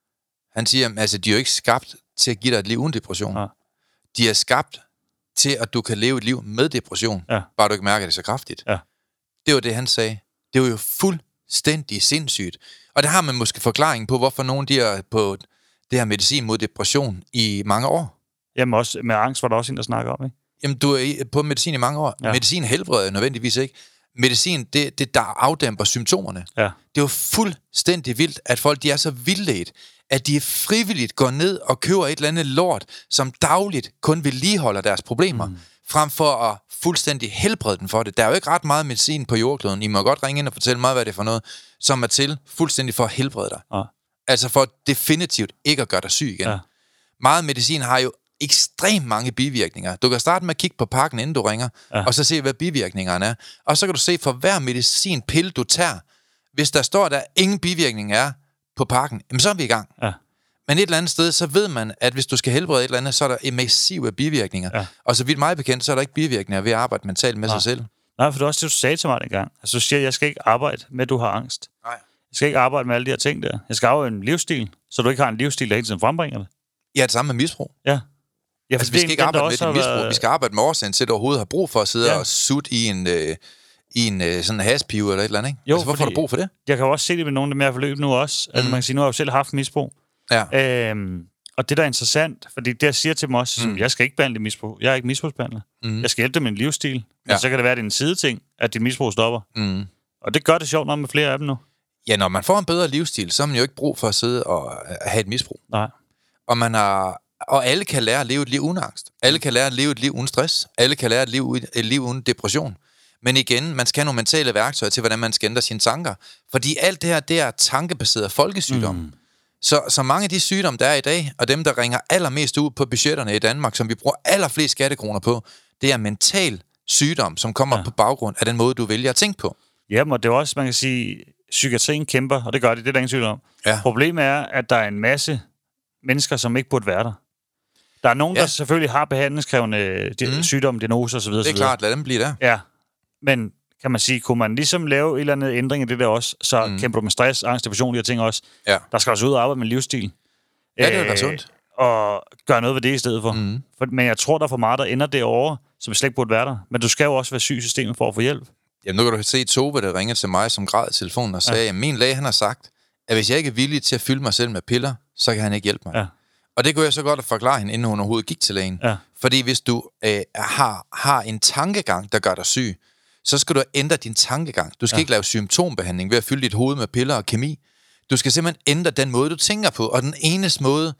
Han siger, altså, de er jo ikke skabt til at give dig et liv uden depression. Ja. De er skabt til, at du kan leve et liv med depression, ja. Bare du ikke mærker det så kraftigt. Ja. Det var det, han sagde. Det var jo fuldstændig sindssygt. Og der har man måske forklaringen på, hvorfor nogen de er på det her medicin mod depression i mange år. Jamen også med angst var der også en, der snakker om, ikke? Jamen, du er på medicin i mange år. Ja. Medicin helbreder nødvendigvis ikke. Medicin, det, det der afdæmper symptomerne. Ja. Det er jo fuldstændig vildt, at folk de er så vildledt, at de frivilligt går ned og køber et eller andet lort, som dagligt kun vedligeholder deres problemer, mm. frem for at fuldstændig helbrede den for det. Der er jo ikke ret meget medicin på jordkloden. I må godt ringe ind og fortælle mig, hvad det er for noget, som er til fuldstændig for at helbrede dig. Ja. Altså for definitivt ikke at gøre dig syg igen. Ja. Meget medicin har jo ekstremt mange bivirkninger. Du kan starte med at kigge på pakken, inden du ringer, ja. Og så se, hvad bivirkningerne er. Og så kan du se, for hver medicinpille, du tager, hvis der står, der ingen bivirkninger er på pakken, jamen så er vi i gang. Ja. Men et eller andet sted, så ved man, at hvis du skal helbrede et eller andet, så er der massive bivirkninger. Ja. Og så vidt mig bekendt, så er der ikke bivirkninger ved at arbejde mentalt med Nej. sig selv. Nej, for det er også det, du sagde til mig dengang. Altså, du siger, jeg skal ikke arbejde med, at du har angst. Nej. Jeg skal ikke arbejde med alle de her ting der. Jeg skal have en livsstil, så du ikke har en livsstil, der hele tiden frembringer det. Ja, det samme med misbrug. Ja. Ja, altså, vi skal ikke arbejde med dit misbrug. Været... Vi skal arbejde med årsagen til, at du overhovedet har brug for at sidde ja. og sutte i en, øh, i en øh, sådan en haspive eller et eller andet, ikke? Jo, altså, hvorfor har du brug for det? Jeg kan jo også se det med nogle af dem her forløb nu også. Altså, mm. man kan sige, nu har jeg jo selv haft misbrug. Ja. Øhm, og det, der er interessant, fordi det, jeg siger til dem også, mm. som, jeg skal ikke behandle misbrug. Jeg er ikke misbrugsbehandler. Mm. Jeg skal hjælpe dem med en livsstil. Men ja. så kan det være, at det er en sideting, at dit misbrug stopper. Mm. Og det gør det sjovt nok med flere af dem nu. Ja, når man får en bedre livsstil, så har man jo ikke brug for at sidde og have et misbrug. Nej. Og man har... Og alle kan lære at leve et liv uden angst. Alle kan lære at leve et liv uden stress. Alle kan lære at leve et liv uden depression. Men igen, man skal have nogle mentale værktøjer til, hvordan man skal ændre sine tanker. Fordi alt det her, det er tankebaseret folkesygdom. Mm. Så, så mange af de sygdomme, der er i dag, og dem, der ringer allermest ud på budgetterne i Danmark, som vi bruger allerflest skattekroner på, det er mental sygdom, som kommer ja. på baggrund af den måde, du vælger at tænke på. Jamen, og det er også, man kan sige, psykiatrien kæmper, og det gør de, det er der ingen sygdom. Ja. Problemet er, at der er en masse mennesker, som ikke burde være der. Der er nogen, ja. der selvfølgelig har behandlingskrævende mm. sygdomme, diagnoser osv. Det er klart, lad dem blive der. Ja, men kan man sige, kunne man ligesom lave et eller andet ændring i det der også, så mm. kæmper du med stress, angst, depression, de her ting også. Ja. Der skal også ud og arbejde med livsstil. Ja, det er da sundt. Og gøre noget ved det i stedet for. Mm. for. Men jeg tror, der er for meget, der ender derovre, som slet ikke burde være der. Men du skal jo også være syg i systemet for at få hjælp. Jamen, nu kan du se Tove, der ringer til mig, som græd i telefonen og sagde, ja. at min læge, han har sagt, at hvis jeg ikke er villig til at fylde mig selv med piller, så kan han ikke hjælpe mig. Ja. Og det kunne jeg så godt at forklare hende, inden hun overhovedet gik til lægen. Ja. Fordi hvis du øh, har, har en tankegang, der gør dig syg, så skal du ændre din tankegang. Du skal ja. ikke lave symptombehandling ved at fylde dit hoved med piller og kemi. Du skal simpelthen ændre den måde, du tænker på. Og den eneste måde,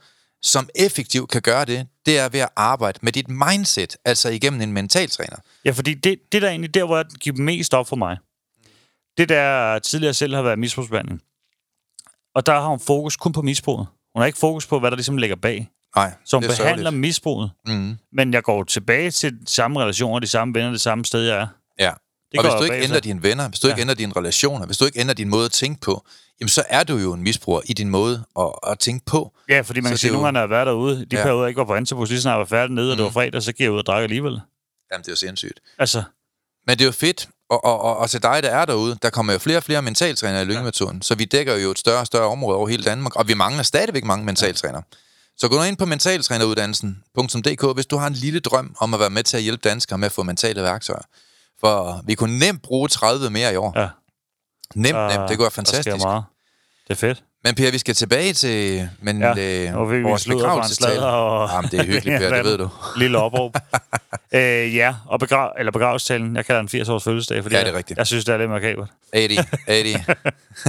som effektivt kan gøre det, det er ved at arbejde med dit mindset, altså igennem en mentaltræner. Ja, fordi det, det der egentlig der, hvor jeg giver mest op for mig, det der tidligere selv har været misbrugsbehandling. Og der har hun fokus kun på misbruget. Hun har ikke fokus på, hvad der ligesom ligger bag. Nej, så hun det er behandler sørgeligt. misbruget. Mm. Men jeg går tilbage til de samme relationer, de samme venner, det samme sted, jeg er. Ja, det og hvis du ikke ikke ændrer dine venner, hvis du ja. ikke ændrer dine relationer, hvis du ikke ændrer din måde at tænke på, jamen så er du jo en misbruger i din måde at, at tænke på. Ja, fordi man så kan sige, at nogle gange, når jeg har været derude, de ja. perioder, jeg ikke var på Antibus, lige snart jeg var færdig nede, og mm. det var fredag, så giver jeg ud og drikke alligevel. Jamen, det er jo sindssygt. Altså. Men det er jo fedt, og, og, og, og til dig, der er derude, der kommer jo flere og flere mentaltrænere i Lyngemetoden, ja. så vi dækker jo et større og større område over hele Danmark, og vi mangler stadigvæk mange mentaltrænere. Så gå nu ind på mentaltræneruddannelsen punktum d k, hvis du har en lille drøm om at være med til at hjælpe danskere med at få mentale værktøjer. For vi kunne nemt bruge tredive mere i år. Ja. Nemt, uh, nemt. Det kunne være fantastisk. Det er fedt. Men Per, vi skal tilbage til men, ja. øh, vi vores begravelsestale. Og... Jamen, det er hyggeligt, Per, det ved du. Lille opråb. øh, ja, og begrav... eller begravelsestalen. Jeg kalder den firs års fødselsdag, fordi ja, det er jeg, rigtigt. jeg synes, det er lidt makabert. firs, firs.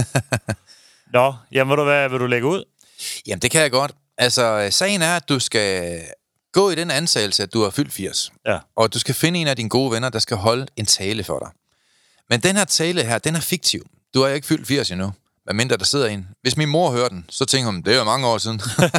Nå, jamen, du, hvad vil du lægge ud? Jamen, det kan jeg godt. Altså, sagen er, at du skal gå i den ansagelse, at du har fyldt firs. Ja. Og du skal finde en af dine gode venner, der skal holde en tale for dig. Men den her tale her, den er fiktiv. Du har jo ikke fyldt firs endnu. Hvad mindre der sidder en. Hvis min mor hører den, så tænker hun, det er jo mange år siden.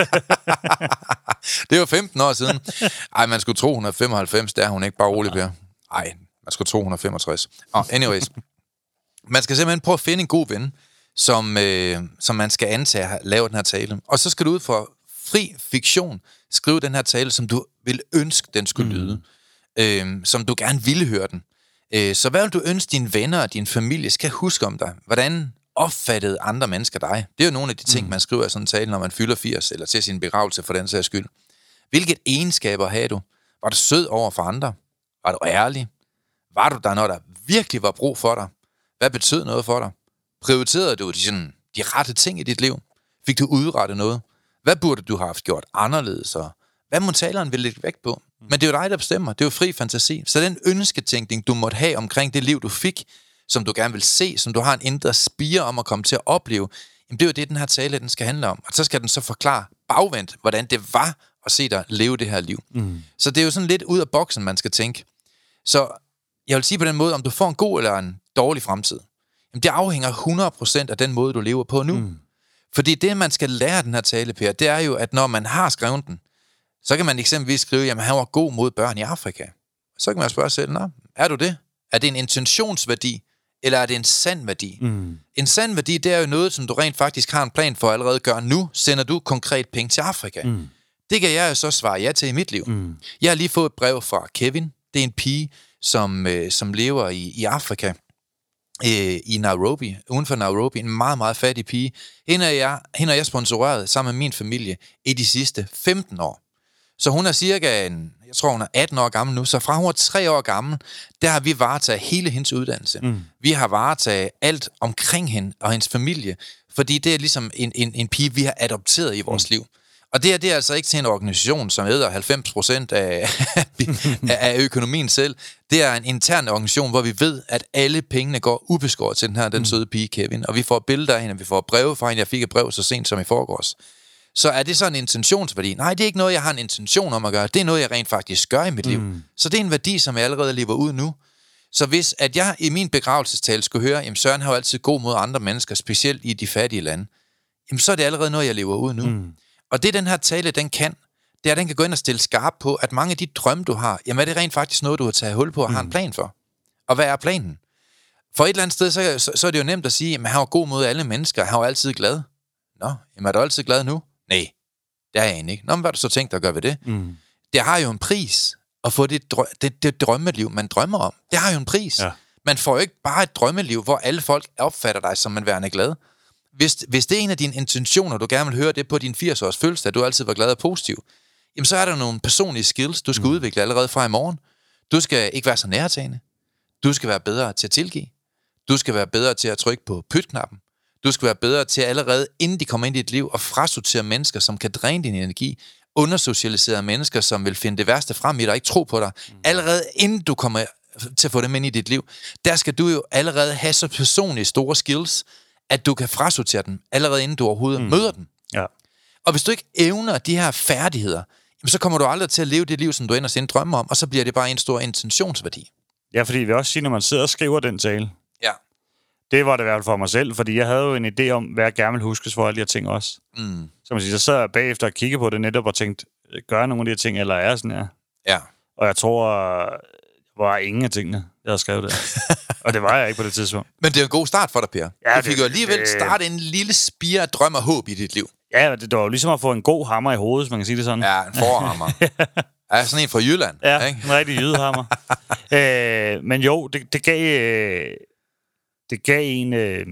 Det er jo femten år siden. Ej, man skulle tro, hun er femoghalvfems, der er hun ikke, bare rolig, Per. Ej, man skulle tro, hun er femogtres. Oh, anyways. Man skal simpelthen prøve at finde en god ven, som, øh, som man skal antage at lave den her tale. Og så skal du ud for fri fiktion skrive den her tale, som du vil ønske, den skulle lyde. Mm. Øh, som du gerne ville høre den. Øh, så hvad vil du ønske, dine venner og din familie skal huske om dig? Hvordan opfattede andre mennesker dig? Det er jo nogle af de ting, mm. man skriver i sådan en tale, når man fylder firs, eller til sin begravelse for den sags skyld. Hvilke egenskaber havde du? Var du sød over for andre? Var du ærlig? Var du der, når der virkelig var brug for dig? Hvad betød noget for dig? Prioriterede du de, sådan, de rette ting i dit liv? Fik du udrettet noget? Hvad burde du have haft gjort anderledes? Og hvad må taleren vil lægge vægt på? Men det er jo dig, der bestemmer. Det er jo fri fantasi. Så den ønsketænkning, du måtte have omkring det liv, du fik, som du gerne vil se, som du har en indre spire om at komme til at opleve, jamen det er jo det, den her tale, den skal handle om. Og så skal den så forklare bagvendt, hvordan det var at se dig leve det her liv. Mm. Så det er jo sådan lidt ud af boksen, man skal tænke. Så jeg vil sige på den måde, om du får en god eller en dårlig fremtid, jamen det afhænger hundrede procent af den måde, du lever på nu. Mm. Fordi det, man skal lære den her tale, Per, det er jo, at når man har skrevet den, så kan man eksempelvis skrive, jamen han var god mod børn i Afrika. Så kan man spørge sig selv, nå, er du det? Er det en intentionsværdi, eller er det en sand værdi? Mm. En sand værdi, det er jo noget, som du rent faktisk har en plan for at allerede gøre nu, sender du konkret penge til Afrika. Mm. Det kan jeg jo så svare ja til i mit liv. Mm. Jeg har lige fået et brev fra Kevin. Det er en pige, som, øh, som lever i, i Afrika, øh, i Nairobi, uden for Nairobi. En meget, meget fattig pige. Hende er jeg, hende er jeg sponsoreret sammen med min familie i de sidste femten år. Så hun er cirka, en, jeg tror hun er atten år gammel nu, så fra hun er tre år gammel, der har vi varetaget hele hendes uddannelse. Mm. Vi har varetaget alt omkring hende og hendes familie, fordi det er ligesom en, en, en pige, vi har adopteret i vores mm. liv. Og det er, det er altså ikke til en organisation, som æder halvfems procent af, af økonomien selv. Det er en intern organisation, hvor vi ved, at alle pengene går ubeskåret til den her, den søde pige Kevin. Og vi får billeder af hende, vi får breve fra hende. Jeg fik et brev så sent som i forgårs. Så er det så en intentionsværdi? Nej, det er ikke noget, jeg har en intention om at gøre. Det er noget, jeg rent faktisk gør i mit liv. Mm. Så det er en værdi, som jeg allerede lever ud nu. Så hvis at jeg i min begravelsestale skulle høre, jamen Søren har jo altid god mod andre mennesker, specielt i de fattige lande, jamen så er det allerede noget, jeg lever ud nu. Mm. Og det, den her tale, den kan, det er, at den kan gå ind og stille skarp på, at mange af de drømme, du har, jamen er det rent faktisk noget, du har taget hul på og mm. har en plan for? Og hvad er planen? For et eller andet sted, så, så, så er det jo nemt at sige, at han var god mod alle mennesker, han var altid glad. Nå, jamen er du altid glad nu? Nej, det er jeg egentlig ikke. Nå, men hvad har du så tænkt dig at gøre ved det? Mm. Det har jo en pris at få det, drø- det, det drømmeliv, man drømmer om. Det har jo en pris. Ja. Man får jo ikke bare et drømmeliv, hvor alle folk opfatter dig som en værende glad. Hvis, hvis det er en af dine intentioner, du gerne vil høre det på din firs-års fødselsdag, at du altid var glad og positiv, jamen så er der nogle personlige skills, du skal mm. udvikle allerede fra i morgen. Du skal ikke være så nærtagende. Du skal være bedre til at tilgive. Du skal være bedre til at trykke på pytknappen. Du skal være bedre til allerede, inden de kommer ind i dit liv, og frasortere mennesker, som kan dræne din energi. Undersocialiserede mennesker, som vil finde det værste frem i dig og ikke tro på dig. Mm. Allerede inden du kommer til at få dem ind i dit liv, der skal du jo allerede have så personlige store skills, at du kan frasortere dem, allerede inden du overhovedet mm. møder dem. Ja. Og hvis du ikke evner de her færdigheder, jamen, så kommer du aldrig til at leve det liv, som du ender sin drømme om, og så bliver det bare en stor intentionsværdi. Ja, fordi vi vil også sige, når man sidder og skriver den tale, Ja. det var det i hvert fald for mig selv, fordi jeg havde jo en idé om, hvad jeg gerne ville huskes for alle de her ting også. Mm. Så man siger, så sad jeg bagefter og kiggede på det netop og tænkte, gør nogle af de her ting, eller er jeg sådan her? Ja. Og jeg tror, der var ingen af tingene, jeg havde skrevet der. Og det var jeg ikke på det tidspunkt. Men det er en god start for dig, Per. Ja, du fik det- jo alligevel det- starte en lille spire af drøm og håb i dit liv. Ja, det, det var jo ligesom at få en god hammer i hovedet, hvis man kan sige det sådan. Ja, en forhammer. Ja, sådan en fra Jylland. Ja, Ikke? en rigtig jydehammer. øh, men jo, det, det gav, øh, det gav en øh,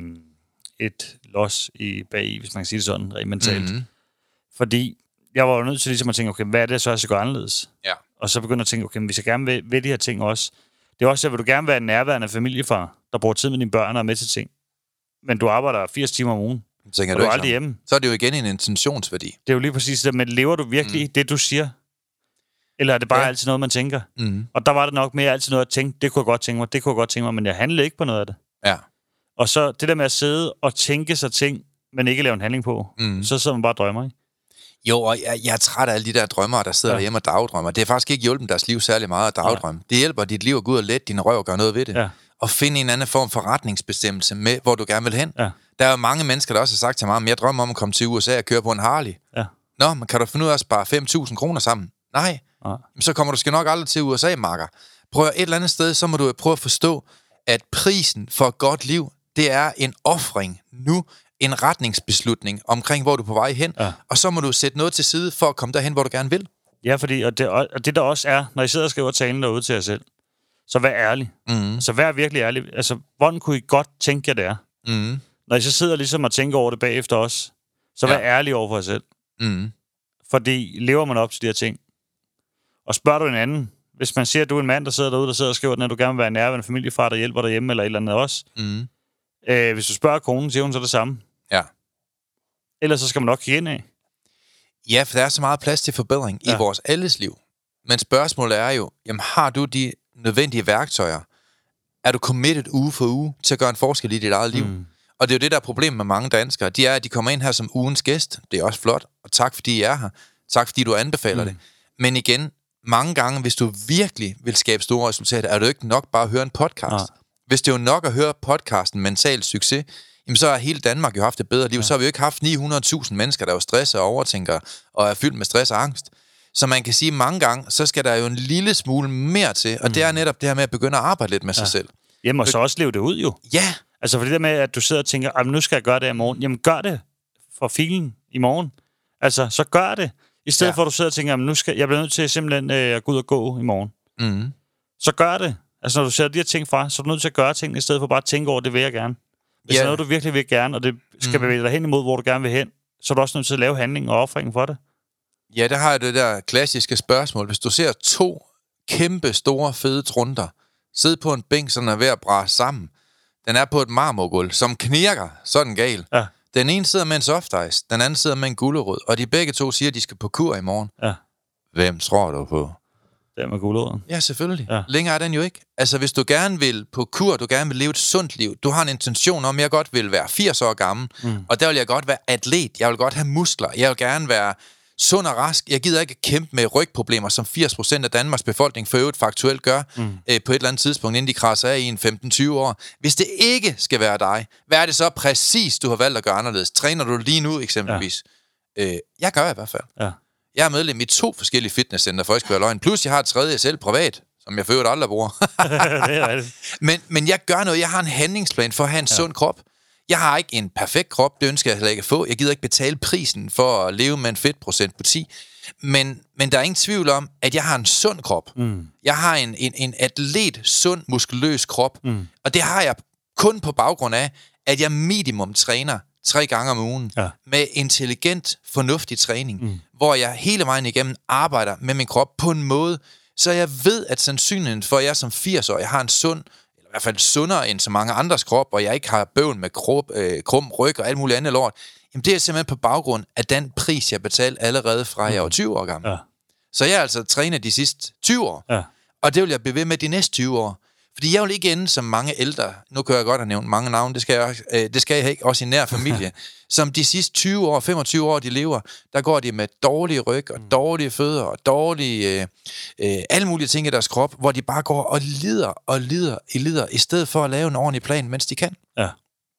et los i bag, hvis man kan sige det sådan, rent mentalt. Mm-hmm. Fordi jeg var jo nødt til ligesom at tænke, okay, hvad er det så, jeg skal gøre anderledes? Ja. Og så begynder jeg at tænke, okay, men hvis jeg gerne vil, vil de her ting også. Det er også, at vil du gerne være en nærværende familiefar, der bruger tid med dine børn og er med til ting. Men du arbejder firs timer om ugen, Tænker og du du er ikke aldrig sådan? hjemme. Så er det jo igen en intentionsværdi. Det er jo lige præcis det, men lever du virkelig mm. det, du siger? Eller er det bare Ja. altid noget, man tænker? Mm. Og der var det nok mere altid noget at tænke, det kunne jeg godt tænke mig, det kunne jeg godt tænke mig, men jeg handlede ikke på noget af det. Ja. Og så det der med at sidde og tænke sig ting, men ikke lave en handling på, Mm. så sidder man bare og drømmer, ikke? Jo, og jeg, jeg er træt af alle de der drømmere, der sidder Ja. ja. derhjemme og dagdrømmer. Det har faktisk ikke hjulpet deres liv særlig meget at dagdrømme. Det hjælper dit liv at gå ud og lette din røv og gøre noget ved det. Ja. Og finde en anden form for retningsbestemmelse med, hvor du gerne vil hen. Ja. Der er jo mange mennesker, der også har sagt til mig, at jeg drømmer om at komme til U S A og køre på en Harley. Ja. Nå, men kan du finde ud af at spare fem tusind kroner sammen? Nej. Nej. Så kommer du skal nok aldrig til U S A, makker. Prøv at et eller andet sted, så må du prøve at forstå, at prisen for et godt liv, det er en ofring nu, en retningsbeslutning omkring, hvor du er på vej hen. Ja. Og så må du sætte noget til side for at komme derhen, hvor du gerne vil. Ja, fordi, og det, og det der også er, når I sidder og skriver talen derude til jer selv, så vær ærlig. Mm. Så vær virkelig ærlig. Altså, hvordan kunne I godt tænke jer det er? Mm. Når I så sidder ligesom og tænker over det bagefter også, så vær Ja. ærlig over for jer selv. Mm. Fordi lever man op til de her ting? Og spørger du en anden, hvis man siger, at du er en mand, der sidder derude, der sidder og skriver, at du gerne vil være en nærværende familiefar, der hjælper dig hjemme, eller et eller andet også. Mm. Øh, hvis du spørger konen, siger hun så det samme. Ja. Ellers så skal man nok kigge ind af. Ja, for der er så meget plads til forbedring ja. Ja. i vores alles liv. Men spørgsmålet er jo, jamen har du de nødvendige værktøjer? Er du committed uge for uge til at gøre en forskel i dit eget liv? Mm. Og det er jo det, der er problemet med mange danskere. De er, at de kommer ind her som ugens gæst. Det er også flot. Og tak, fordi I er her. Tak, fordi du anbefaler mm. det. Men igen, mange gange, hvis du virkelig vil skabe store resultater, er det jo ikke nok bare at høre en podcast. Nej. Hvis det er jo nok at høre podcasten Mental Succes, jamen så har hele Danmark jo haft et bedre liv. Ja. Så har vi jo ikke haft ni hundrede tusind mennesker, der er jo stresser og overtænker og er fyldt med stress og angst. Så man kan sige, mange gange, så skal der jo en lille smule mere til. Og mm. det er netop det her med at begynde at arbejde lidt med ja. sig selv. Jamen, og så også leve det ud jo. Ja. Altså for det der med, at du sidder og tænker, nu skal jeg gøre det i morgen. Jamen gør det for filen i morgen. Altså, så gør det. I stedet ja. for, at du sidder og tænker, nu skal jeg bliver nødt til simpelthen øh, at gå ud og gå i morgen. Mm. Så gør det. Altså, når du sætter de her ting fra, så er du nødt til at gøre tingene, i stedet for bare at tænke over, det vil jeg gerne. Hvis Ja. det er noget, du virkelig vil gerne, og det skal mm. bevæge dig hen imod, hvor du gerne vil hen, så er du også nødt til at lave handling og offring for det. Ja, der har jeg det der klassiske spørgsmål. Hvis du ser to kæmpe, store, fede trunder sidde på en bænk, som er ved at brase sammen. Den er på et marmorgulv, som knirker, sådan gal. Ja. Den ene sidder med en soft ice, den anden sidder med en gulerod, og de begge to siger, at de skal på kur i morgen. Ja. Hvem tror du på? Det er med gulerøden. Ja, selvfølgelig. Ja. Længere er den jo ikke. Altså, hvis du gerne vil på kur, du gerne vil leve et sundt liv, du har en intention om, at jeg godt vil være firs år gammel, mm. og der vil jeg godt være atlet, jeg vil godt have muskler, jeg vil gerne være sund og rask. Jeg gider ikke kæmpe med rygproblemer, som firs procent af Danmarks befolkning for øvrigt faktuelt gør mm. øh, på et eller andet tidspunkt, inden de krasser af i en femten tyve år. Hvis det ikke skal være dig, hvad er det så præcis, du har valgt at gøre anderledes? Træner du lige nu eksempelvis? Ja. Øh, jeg gør i hvert fald. Ja. Jeg er medlem i to forskellige fitnesscenter for ikke at løgn. Plus jeg har et tredje selv privat, som jeg for øvrigt aldrig bruger. Det er rigtigt. men, men jeg gør noget. Jeg har en handlingsplan for at have en ja. sund krop. Jeg har ikke en perfekt krop, det ønsker jeg heller ikke at få. Jeg gider ikke betale prisen for at leve med en fedtprocent på ti. Men, men der er ingen tvivl om, at jeg har en sund krop. Mm. Jeg har en, en, en atlet, sund, muskuløs krop. Mm. Og det har jeg kun på baggrund af, at jeg minimum træner tre gange om ugen. Ja. Med intelligent, fornuftig træning. Mm. Hvor jeg hele vejen igennem arbejder med min krop på en måde, så jeg ved, at sandsynligheden for, at jeg som firs-årig har en sund, i hvert fald sundere end så mange andres krop, og jeg ikke har bøvl med krop, øh, krum ryg og alt muligt andet lort, jamen det er simpelthen på baggrund af den pris, jeg betalte allerede fra jeg var tyve år gammel. Ja. Så jeg har altså trænet de sidste tyve år, ja. Og det vil jeg blive ved med de næste tyve år. Fordi jeg vil ikke ende som mange ældre, nu kan jeg godt have nævnt mange navne, det skal jeg, også, øh, det skal jeg ikke, også i nær familie, som de sidste tyve år, femogtyve år, de lever, der går de med dårlige ryg og dårlige fødder og dårlige, øh, øh, alle mulige ting i deres krop, hvor de bare går og lider og lider og lider, i stedet for at lave en ordentlig plan, mens de kan. Ja.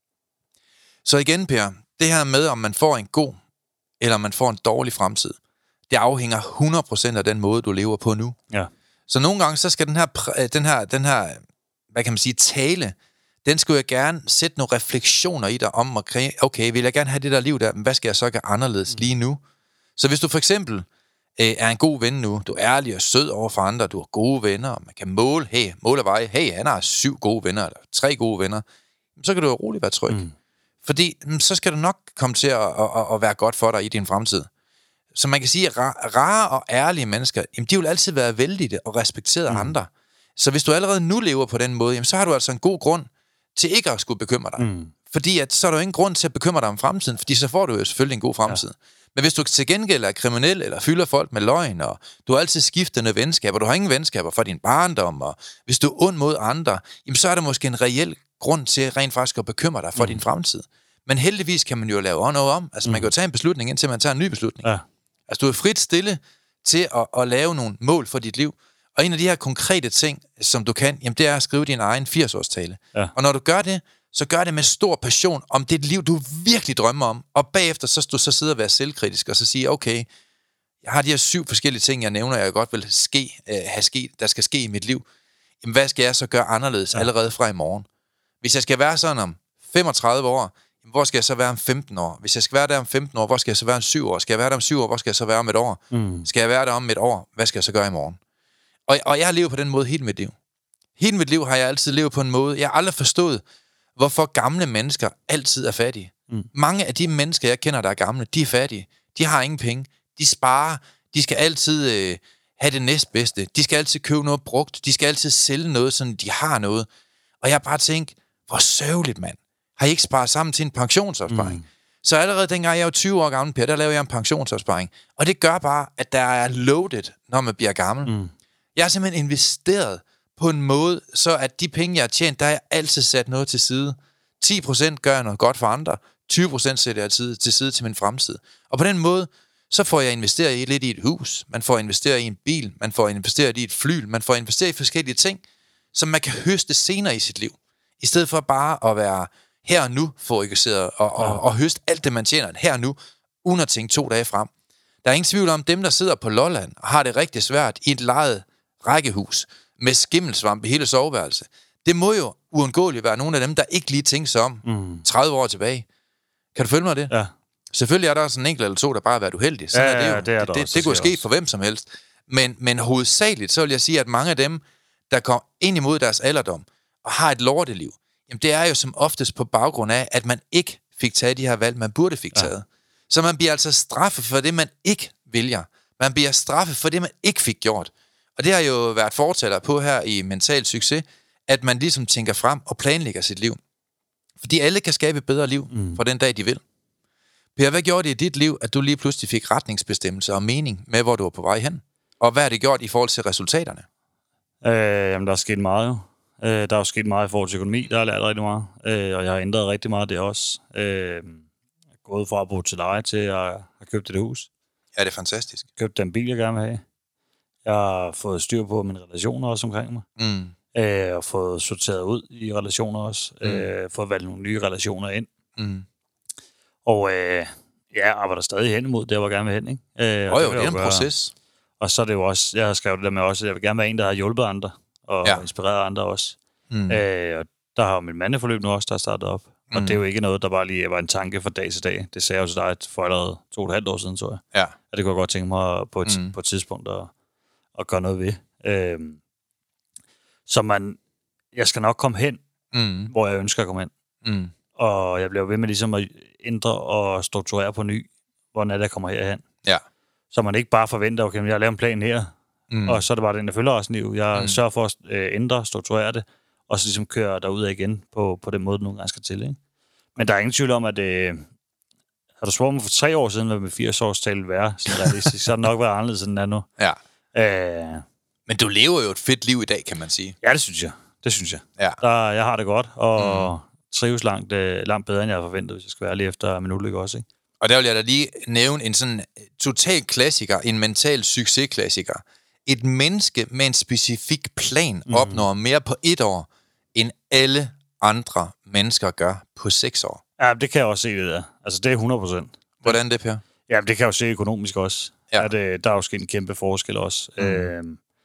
Så igen, Per, det her med, om man får en god, eller om man får en dårlig fremtid, det afhænger hundrede procent af den måde, du lever på nu. Ja. Så nogle gange, så skal den her, den her, den her, hvad kan man sige, tale, den skulle jeg gerne sætte nogle refleksioner i dig om, okay, okay, vil jeg gerne have det der liv der, men hvad skal jeg så gøre anderledes lige nu? Så hvis du for eksempel øh, er en god ven nu, du er ærlig og sød over for andre, du har gode venner, og man kan måle, hey, måle og veje, hey, han har syv gode venner, eller tre gode venner, så kan du jo roligt være tryg. Mm. Fordi så skal det nok komme til at, at, at være godt for dig i din fremtid. Så man kan sige, at rare og ærlige mennesker, jamen, de vil altid være vældige og respekteret af mm. andre. Så hvis du allerede nu lever på den måde, jamen, så har du altså en god grund til ikke at skulle bekymre dig. Mm. Fordi at, så er der jo ingen grund til at bekymre dig om fremtiden, fordi så får du jo selvfølgelig en god fremtid. Ja. Men hvis du til gengæld er kriminel, eller fylder folk med løgn, og du har altid skiftende venskaber, du har ingen venskaber fra din barndom, og hvis du er ond mod andre, jamen, så er der måske en reel grund til rent faktisk at bekymre dig for mm. din fremtid. Men heldigvis kan man jo lave noget om. Altså, mm. man kan jo tage en beslutning, indtil man tager en ny beslutning. Ja. Altså, du er frit stille til at, at lave nogle mål for dit liv. Og en af de her konkrete ting, som du kan, jamen, det er at skrive din egen firs-årstale. Ja. Og når du gør det, så gør det med stor passion om det liv, du virkelig drømmer om. Og bagefter, så skal du så sidde og være selvkritisk, og så sige, okay, jeg har de her syv forskellige ting, jeg nævner, jeg godt vil ske, øh, have sket, der skal ske i mit liv. Jamen, hvad skal jeg så gøre anderledes ja. allerede fra i morgen? Hvis jeg skal være sådan om femogtredive år, hvor skal jeg så være om femten år? Hvis jeg skal være der om femten år, hvor skal jeg så være om syv år? Skal jeg være der om syv år, hvor skal jeg så være om et år? Mm. Skal jeg være der om et år, hvad skal jeg så gøre i morgen? Og, og jeg har levet på den måde hele mit liv. Hele mit liv har jeg altid levet på en måde, jeg har aldrig forstået, hvorfor gamle mennesker altid er fattige. Mm. Mange af de mennesker, jeg kender, der er gamle, de er fattige. De har ingen penge. De sparer. De skal altid øh, have det næstbedste. De skal altid købe noget brugt. De skal altid sælge noget, så de har noget. Og jeg har bare tænkt, hvor sørgeligt, mand. Har I ikke sparet sammen til en pensionsopsparing? Mm. Så allerede dengang jeg var tyve år gammel, Per, der lavede jeg en pensionsopsparing. Og det gør bare, at der er loaded, når man bliver gammel. Mm. Jeg har simpelthen investeret på en måde, så at de penge, jeg har tjent, der har jeg altid sat noget til side. ti procent gør jeg noget godt for andre. tyve procent sætter jeg til, til side til min fremtid. Og på den måde, så får jeg investeret i lidt i et hus. Man får investeret i en bil. Man får investeret i et fly. Man får investeret i forskellige ting, som man kan høste senere i sit liv. I stedet for bare at være her og nu fokuseret og, og, og, og høste alt det, man tjener her og nu, uden at tænke to dage frem. Der er ingen tvivl om, dem, der sidder på Lolland og har det rigtig svært i et lejet rækkehus med skimmelsvamp i hele soveværelset. Det må jo uundgåeligt være nogle af dem, der ikke lige tænker sig om mm. tredive år tilbage. Kan du følge mig det? Ja. Selvfølgelig er der også en enkelt eller to, der bare har været uheldige. Sådan ja, er det jo. Ja, det, er det, det, det kunne ske for hvem som helst. Men, men hovedsageligt, så vil jeg sige, at mange af dem, der kommer ind imod deres alderdom og har et lorteliv, jamen det er jo som oftest på baggrund af, at man ikke fik taget de her valg, man burde fik taget. Ja. Så man bliver altså straffet for det, man ikke vælger. Man bliver straffet for det, man ikke fik gjort. Og det har jo været fortæller på her i Mental Succes, at man ligesom tænker frem og planlægger sit liv. Fordi alle kan skabe et bedre liv mm. fra den dag, de vil. Per, hvad gjorde det i dit liv, at du lige pludselig fik retningsbestemmelse og mening med, hvor du var på vej hen? Og hvad har det gjort i forhold til resultaterne? Øh, jamen, der er sket meget jo. Øh, der er jo sket meget i forhold til økonomi, der har lært rigtig meget. Øh, og jeg har ændret rigtig meget det også. Øh, gået fra at bo til leje til at have købt et hus. Ja, det er fantastisk. Købt den bil, jeg gerne vil have. Jeg har fået styr på mine relationer også omkring mig. Mm. Øh, og fået sorteret ud i relationer også. Mm. Øh, fået valgt nogle nye relationer ind. Mm. Og øh, jeg arbejder stadig hen imod det, jeg var gerne vil hen. Ikke? Øh, og jo, det er en gøre. proces. Og så er det jo også, jeg har skrevet det der med også, at jeg vil gerne være en, der har hjulpet andre. Og ja. inspireret andre også. Mm. Øh, og der har jo min mandeforløb nu også, der er startet op. Mm. Og det er jo ikke noget, der bare lige var en tanke fra dag til dag. Det sagde jeg jo til dig for allerede to og et halvt år siden, tror jeg. Ja. Og det kunne jeg godt tænke mig på et, mm. på et tidspunkt at, at gøre noget ved. Øh, så man, jeg skal nok komme hen, mm. hvor jeg ønsker at komme hen. Mm. Og jeg bliver ved med ligesom at ændre og strukturere på ny, hvordan er det, jeg kommer herhen. Ja. Så man ikke bare forventer, okay, jeg laver en plan her, mm. og så er det bare den, der følger også liv. Jeg mm. sørger for at øh, ændre, strukturere det, og så ligesom kører derud igen på, på den måde, den nogle gange skal til. Ikke? Men der er ingen tvivl om, at øh, har du spurgt mig for tre år siden, hvad med firs års tale vil være, sådan realistisk, så har det nok været anderledes, end den er nu. Ja. Øh, Men du lever jo et fedt liv i dag, kan man sige. Ja, det synes jeg. Det synes jeg. Ja. Der, jeg har det godt, og mm. trives langt, øh, langt bedre, end jeg har forventet, hvis jeg skal være lige efter min ulykke også, ikke? Og der vil jeg da lige nævne en sådan total klassiker, en mental succesklassiker. Et menneske med en specifik plan mm. opnår mere på et år, end alle andre mennesker gør på seks år. Ja, det kan jeg også se, det der. Altså, det er hundrede procent. Hvordan det, Per? Ja, det kan jeg jo se økonomisk også. Ja. At, øh, der er jo sket en kæmpe forskel også. Mm. Øh,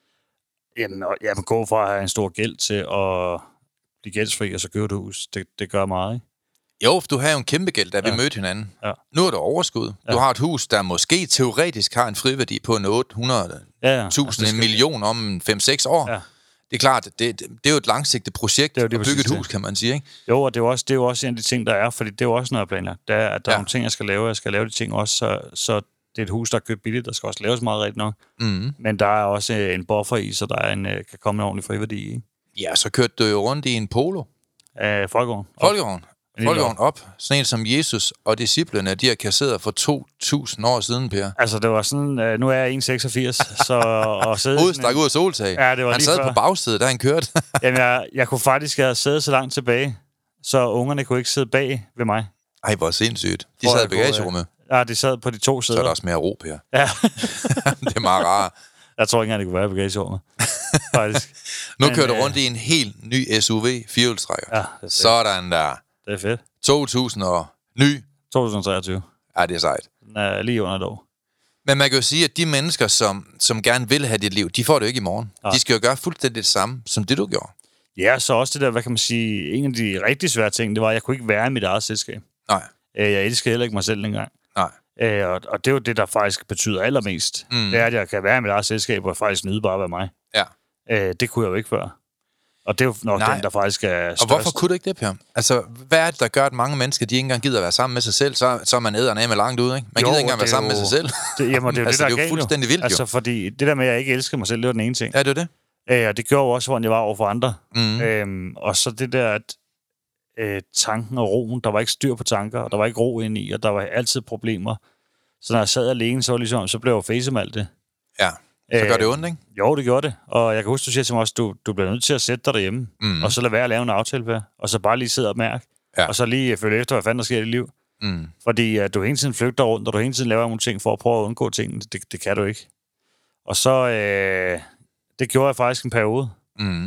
jamen, og, jamen, gå fra at have en stor gæld til at blive gældsfri, og så købe et hus. Det, det gør meget, ikke? Jo, du har jo en kæmpe gæld, da vi ja. mødte hinanden. Ja. Nu er der overskud. Ja. Du har et hus, der måske teoretisk har en friværdi på en otte hundrede tusind, ja, ja. en million om fem seks år. Ja. Det er klart, det, det, det er jo et langsigtet projekt at bygge et hus, kan man sige, ikke? Jo, og det er, også, det er jo også en af de ting, der er, fordi det er jo også noget planlagt. Det er, at der ja. er nogle ting, jeg skal lave. Jeg skal lave de ting også, så, så det er et hus, der er købt billigt. Der skal også laves meget rigtigt nok. Mm. Men der er også en buffer i, så der er en, kan komme en ordentlig friværdi i. Ja, så kørte du jo rundt i en Polo. Øh, Folkevogn. Folkevogn. Folkevogn op. Sådan en som Jesus og disciplene, de har kasseret for to tusind år siden, Per. Altså, det var sådan, øh, nu er jeg en komma seksogfirs, så... og Hovedet stak ud af soltag. Ja, det var han lige sad før. på bagsædet, da han kørte. Jamen, jeg, jeg kunne faktisk have siddet så langt tilbage, så ungerne kunne ikke sidde bag ved mig. Ej, hvor sindssygt. De sad i bagagerummet. Ja, de sad på de to sæder. Så er der også mere ro, Per. Ja. Det er meget rart. Jeg tror ikke engang, det kunne være i bagagerummet. Faktisk. Nu kører du rundt i en helt ny S U V, firehjulstrækker. Ja, sådan der. Det er fedt. to tusind og ny. to tusind og treogtyve. Ja, det er sejt. Den er lige under et år. Men man kan jo sige, at de mennesker, som, som gerne vil have dit liv, de får det jo ikke i morgen. Ja. De skal jo gøre fuldstændig det samme, som det du gjorde. Ja, så også det der, hvad kan man sige, en af de rigtig svære ting, det var, at jeg kunne ikke være i mit eget selskab. Nej. Jeg elskede heller ikke mig selv dengang. Nej. Og, og det er jo det, der faktisk betyder allermest. Mm. Det er, at jeg kan være i mit eget selskab, og faktisk nyde bare at være mig. Ja. Det kunne jeg jo ikke før. Og det er jo nok Nej. den, der faktisk er størst. Og hvorfor kunne du ikke det, Per? Altså, hvad er det, der gør, at mange mennesker, de ikke engang gider at være sammen med sig selv? Så, så er man æderen af med langt ud, ikke? Man jo, gider ikke engang være sammen jo... med sig selv. Det, jamen, det er jo altså, det, der det er jo fuldstændig vildt, jo. Altså, fordi det der med, at jeg ikke elskede mig selv, det var den ene ting. Ja, det er det. Øh, og det gjorde jo også, hvordan jeg var over for andre. Mm. Øhm, og så det der, at øh, tanken og roen, der var ikke styr på tanker, og der var ikke ro ind i, og der var altid problemer. Så når jeg sad alene, så, ligesom, så blev jeg jo face med alt det. Ja. Så gør det ondt, ikke? Jo, det gjorde det. Og jeg kan huske, du siger til mig også, du, du bliver nødt til at sætte dig derhjemme, mm. og så lade være at lave en aftale med, og så bare lige sidde og mærke, ja. og så lige følge efter, hvad fanden der sker i dit liv. Mm. Fordi at du hele tiden flygter rundt, og du hele tiden laver nogle ting for at prøve at undgå tingene. Det, det kan du ikke. Og så, øh, det gjorde jeg faktisk en periode. Mm.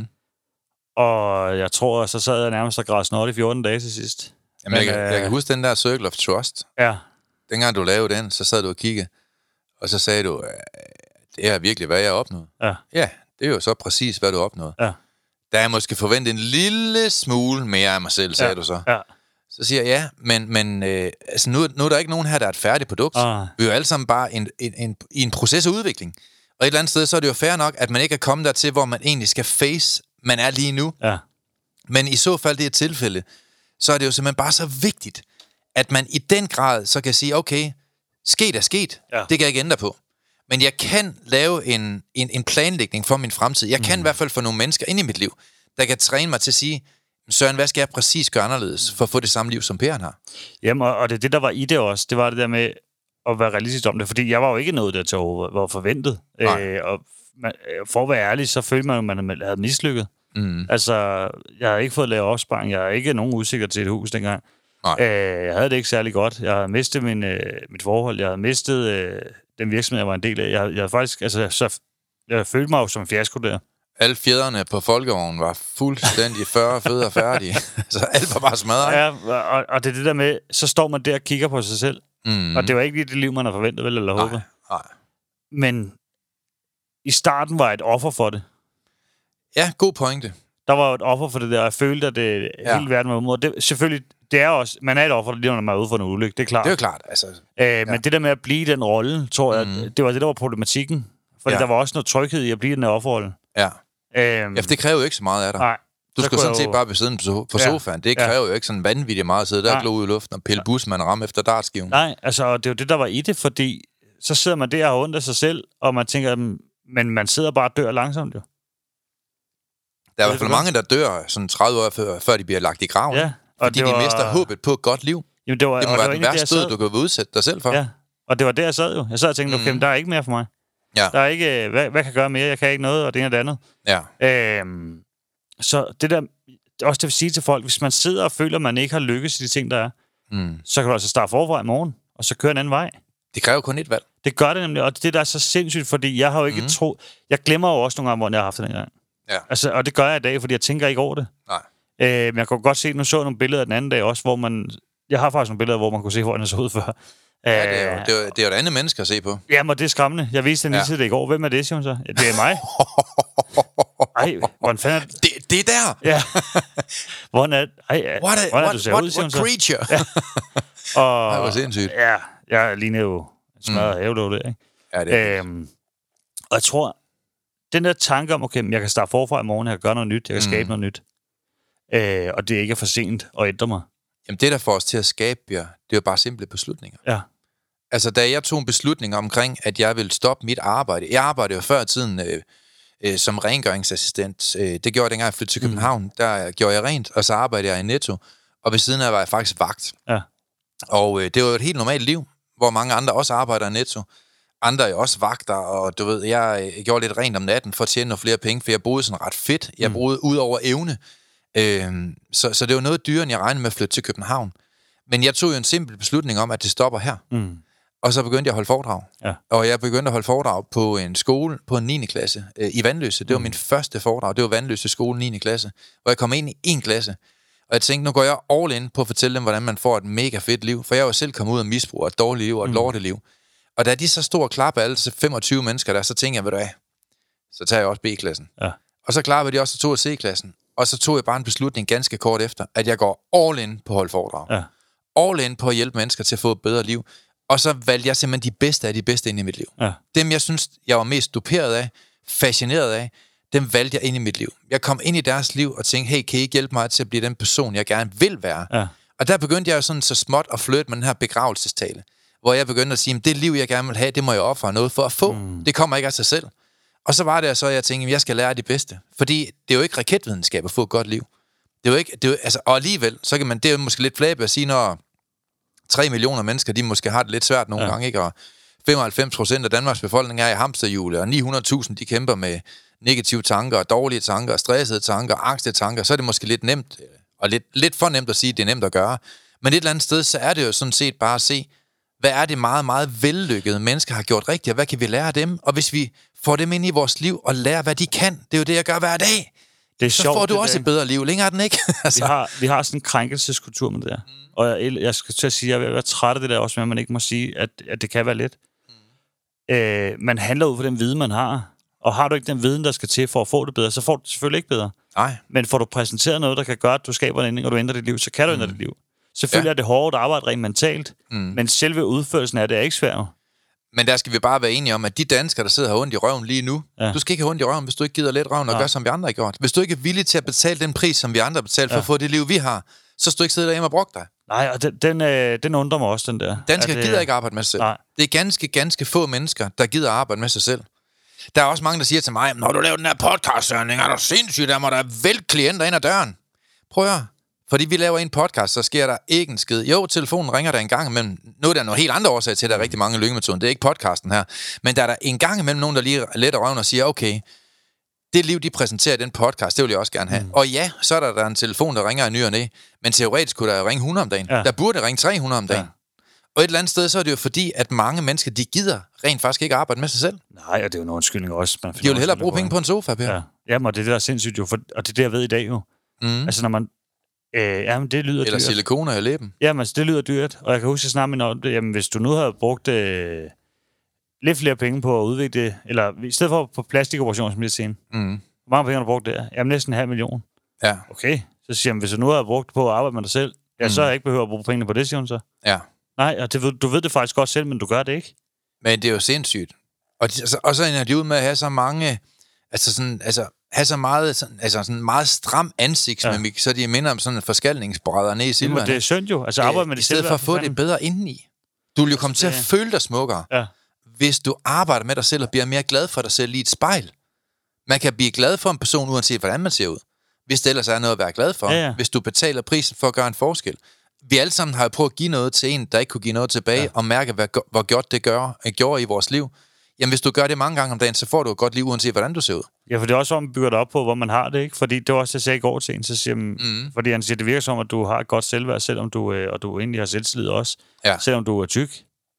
Og jeg tror, så sad jeg nærmest og græd snot i fjorten dage til sidst. Jamen, Men, jeg, kan, øh, jeg kan huske den der Circle of Trust. Ja. Dengang du lavede den, så sad du og kiggede, og så sagde du, det er virkelig, hvad jeg har opnået. Ja. Ja, det er jo så præcis, hvad du har opnået. Ja. Der er måske forventet en lille smule mere af mig selv, sagde ja. du så. Ja. Så siger jeg, ja, men, men øh, altså nu, nu er der ikke nogen her, der er et færdigt produkt. Ah. Vi er jo alle sammen bare en, en, en, i en proces af udvikling. Og et eller andet sted, så er det jo fair nok, at man ikke er kommet dertil, hvor man egentlig skal face, man er lige nu. Ja. Men i så fald det er et tilfælde, så er det jo simpelthen bare så vigtigt, at man i den grad så kan sige, okay, sket er sket, ja. det kan jeg ikke ændre på. Men jeg kan lave en, en, en planlægning for min fremtid. Jeg kan mm. i hvert fald få nogle mennesker ind i mit liv, der kan træne mig til at sige, Søren, hvad skal jeg præcis gøre anderledes for at få det samme liv, som Peren har? Jamen, og, og det det, der var i det også, det var det der med at være realistisk om det, fordi jeg var jo ikke noget der til at var forventet. Øh, og man, for at være ærlig, så følte man, at man havde mislykket. Mm. Altså, jeg havde ikke fået lavet opsparing, jeg havde ikke nogen udsikker til et hus dengang. Øh, jeg havde det ikke særlig godt. Jeg havde mistet min, øh, mit forhold, jeg havde mistet øh, den virksomhed, jeg var en del af. Jeg, jeg havde faktisk, altså, så, jeg følte mig jo som en fiasko der. Alle fjederne på folkevognen var fuldstændig fyrre fede og færdige. Så alt var bare smadret. Ja, og, og det er det der med, så står man der og kigger på sig selv. Mm. Og det var ikke lige det liv, man har forventet, vel, eller håbet. Nej. Men i starten var jeg et offer for det. Ja, god pointe. Der var et offer for det der, og jeg følte, at det ja. hele verden var umod. Det, selvfølgelig, det er også, man er et offer, lige når man er ude for en ulykke, det er klart. Det er jo klart, altså. Øh, ja. Men det der med at blive den rolle, tror jeg, mm. det var det, der var problematikken. Fordi ja. der var også noget tryghed i at blive den der offerrolle. Ja. Øhm, ja, for det kræver jo ikke så meget af dig. Nej. Du skal sådan set jo... bare blive siddende på sofaen. Det kræver ja. jo ikke sådan vanvittigt meget at sidde der og glo ud i luften og pille busmand og ramme efter dartskiven. Nej, altså det er jo det, der var i det, fordi så sidder man der og har ondt af sig selv, og man tænker, men man sidder bare og dør langsomt jo. Der er i hvert fald mange, der dør sådan tredive år før, før de bliver lagt i graven. Ja, fordi var... de mister håbet på et godt liv. Jamen, det, var, det må være den værste død, du kan udsætte dig selv for. Ja, og det var der, jeg sad jo. Jeg sad og tænkte, okay, mm. der er ikke mere for mig. Ja. Der er ikke, hvad, hvad kan gøre mere? Jeg kan ikke noget, og det ene og det andet. Ja. Øhm, så det der, også det vil sige til folk, hvis man sidder og føler, at man ikke har lykkes i de ting, der er, mm. så kan du altså starte forfra i morgen, og så køre en anden vej. Det kræver kun et valg. Det gør det nemlig, og det der er så sindssygt, fordi jeg har jo ikke mm. tro... Jeg glemmer jo også nogle gange, hvor jeg har haft det dengang. Ja. Altså, og det gør jeg i dag, fordi jeg tænker ikke over det. Nej. Øh, men jeg kunne godt se, nu så jeg nogle billeder den anden dag også, hvor man... Jeg har faktisk nogle billeder, hvor man kunne se, hvor den så ud før. Ja, det er, jo, det, er jo, det er jo et andet menneske at se på. Jamen, det er skræmmende. Jeg viste den lige ja. til det i går. Hvem er det, siger hun så? Ja, det er mig. Ej, hvordan fanden er det? Det, det er der! Ja. Hvordan er, ej, what a, hvordan er what, du ser what, ud, siger hun så? What creature! Ja. Og, det var sindssygt. Ja, jeg ligner jo smadret mm. hævlåg det, ikke? Ja, det er øhm, og jeg tror, den der tanke om, okay, jeg kan starte forfra i morgen, jeg kan gøre noget nyt, jeg kan skabe mm. noget nyt, øh, og det ikke er for sent at ændre mig. Jamen, det der får os til at skabe, Bjørn, det er jo bare simple beslutninger. Ja. Altså, da jeg tog en beslutning omkring, at jeg ville stoppe mit arbejde. Jeg arbejdede jo før i tiden øh, øh, som rengøringsassistent. Øh, det gjorde jeg dengang, jeg flyttede til København. Mm. Der gjorde jeg rent, og så arbejdede jeg i Netto. Og ved siden af var jeg faktisk vagt. Ja. Og øh, det var jo et helt normalt liv, hvor mange andre også arbejder i Netto. Andre er også vagter, og du ved, jeg øh, gjorde lidt rent om natten for at tjene nogle flere penge, for jeg boede sådan ret fedt. Jeg boede ud over evne. Øh, så, så det var noget dyrere, end jeg regnede med at flytte til København. Men jeg tog jo en simpel beslutning om, at det stopper her. Mm. Og så begyndte jeg at holde foredrag. Ja. Og jeg begyndte at holde foredrag på en skole på en niende klasse øh, i Vandløse. Det var mm. min første foredrag. Det var Vandløse skole niende klasse. Hvor jeg kom ind i en klasse. Og jeg tænkte, nu går jeg all in på at fortælle dem, hvordan man får et mega fedt liv. For jeg var selv kommet ud af misbrug og et dårligt liv og et mm. lorteliv. Og da de så stod og klappede alle femogtyve mennesker der, så tænkte jeg, ved du hvad, så tager jeg også B-klassen. Ja. Og så klappede de også, så tog jeg C-klassen. Og så tog jeg bare en beslutning ganske kort efter, at jeg går all in på at holde foredrag. Ja. All in på at hjælpe mennesker til at få et bedre liv. Og så valgte jeg simpelthen de bedste af de bedste ind i mit liv. Ja. Dem, jeg synes, jeg var mest duperet af, fascineret af, dem valgte jeg ind i mit liv. Jeg kom ind i deres liv og tænkte, hey, kan I ikke hjælpe mig til at blive den person, jeg gerne vil være? Ja. Og der begyndte jeg sådan så småt at flytte med den her begravelsestale, hvor jeg begyndte at sige, det liv, jeg gerne vil have, det må jeg ofre noget for at få. Mm. Det kommer ikke af sig selv. Og så var det så, jeg tænkte, jeg skal lære de bedste. Fordi det er jo ikke raketvidenskab at få et godt liv. Det er jo ikke, det er jo, altså, og alligevel, så kan man, det er jo måske lidt flabet at sige, når tre millioner mennesker, de måske har det lidt svært nogle ja. gange, ikke? Og femoghalvfems procent af Danmarks befolkning er i hamsterhjulet, og ni hundrede tusind, de kæmper med negative tanker, dårlige tanker, stressede tanker, angste tanker, så er det måske lidt nemt, og lidt, lidt for nemt at sige, at det er nemt at gøre. Men et eller andet sted, så er det jo sådan set bare at se, hvad er det meget, meget vellykkede mennesker har gjort rigtigt, og hvad kan vi lære af dem? Og hvis vi får dem ind i vores liv og lærer, hvad de kan, det er jo det, jeg gør hver dag, det er så sjovt, får du også et bedre liv. Længere er den ikke. altså. vi, har, vi har sådan en krænkelseskultur med det der. Mm. Og jeg, jeg skal til at sige, at jeg vil være træt af det der også, men man ikke må sige, at, at det kan være let. Mm. Øh, man handler ud fra den viden, man har. Og har du ikke den viden, der skal til for at få det bedre, så får du det selvfølgelig ikke bedre. Nej. Men får du præsenteret noget, der kan gøre, at du skaber en ændring, og du ændrer dit liv, så kan du mm. ændre dit liv. Selvfølgelig ja. er det hårdt at arbejde rent mentalt, mm. men selve udførelsen af det er ikke svært. Men der skal vi bare være enige om, at de danskere, der sidder her ondt i røven lige nu, ja. du skal ikke have ondt i røven, hvis du ikke gider let røven og ja. gør, som vi andre har gjort. Hvis du ikke er villig til at betale den pris, som vi andre har betalt for ja. at få det liv, vi har, så skal du ikke sidde derhjemme og brokke dig. Nej, og den, den, øh, den undrer mig også, den der. Danskere gider ikke arbejde med sig selv. Nej. Det er ganske, ganske få mennesker, der gider arbejde med sig selv. Der er også mange, der siger til mig, når du laver den her podcast, Søren, er der sindssygt, der må der vælte klienter ind ad døren. Prøv at høre. Fordi vi laver en podcast, så sker der ikke en skid. Jo, telefonen ringer der en gang imellem. Nu er der nogle helt andre årsager til, at der er rigtig mange lyngemetoder. Det er ikke podcasten her. Men der er der en gang imellem nogen, der lige letter røven og siger, okay, det liv, de præsenterer i den podcast, det vil jeg også gerne have. Mm. Og ja, så er der, der en telefon, der ringer i ny og næ. Men teoretisk kunne der jo ringe hundrede om dagen. Ja. Der burde ringe tre hundrede om dagen. Ja. Og et eller andet sted, så er det jo fordi, at mange mennesker, de gider rent faktisk ikke arbejde med sig selv. Nej, og det er jo en undskyldning også. Man de vil hellere bruge penge på en sofa, Per. Ja. Jamen, og det er det, der er sindssygt jo. For, og det er det, jeg ved i dag jo. Mm. Altså, når man... Øh, jamen, det lyder Eller dyrt. silikoner i læben. Jamen, altså, det lyder dyrt. Og jeg kan huske, at snakke med det. Jamen, hvis du nu havde brugt øh, lidt flere penge på at udvikle... Eller i stedet for på plastikoperation, som jeg siger. Mm. Hvor mange penge har du brugt der? Jamen, næsten en halv million. Ja. Okay. Så siger jeg, hvis du nu havde brugt på at arbejde med dig selv, ja, mm. så har jeg ikke behøver at bruge pengene på det, siger hun så. Ja. Nej, og det, du ved det faktisk godt selv, men du gør det ikke. Men det er jo sindssygt. Og, de, og så ender de ud med at have så mange... Altså sådan... Altså, have så meget, sådan, altså sådan meget stram ansigtsmimik, ja. så de minder om sådan en forskalningsbrædder ned i silverne. Men det er synd jo. Altså arbejde med det i stedet for at få det bedre indeni. Du vil jo komme til at føle dig smukkere, ja. hvis du arbejder med dig selv og bliver mere glad for dig selv i et spejl. Man kan blive glad for en person, uanset hvordan man ser ud. Hvis det ellers er noget at være glad for. Ja, ja. Hvis du betaler prisen for at gøre en forskel. Vi alle sammen har jo prøvet at give noget til en, der ikke kunne give noget tilbage, ja. og mærke, hvad, hvor godt det gør, gjorde i vores liv. jamen hvis du gør det mange gange om dagen, så får du et godt liv, uanset hvordan du ser ud. Ja, for det er også, hvor man bygger det op på, hvor man har det, ikke? Fordi det var også, det jeg sagde i går til en, så siger man, mm. fordi han siger, det virker som, at du har et godt selvværd, selvom du, øh, og du egentlig har selvtillid også, ja. selvom du er tyk.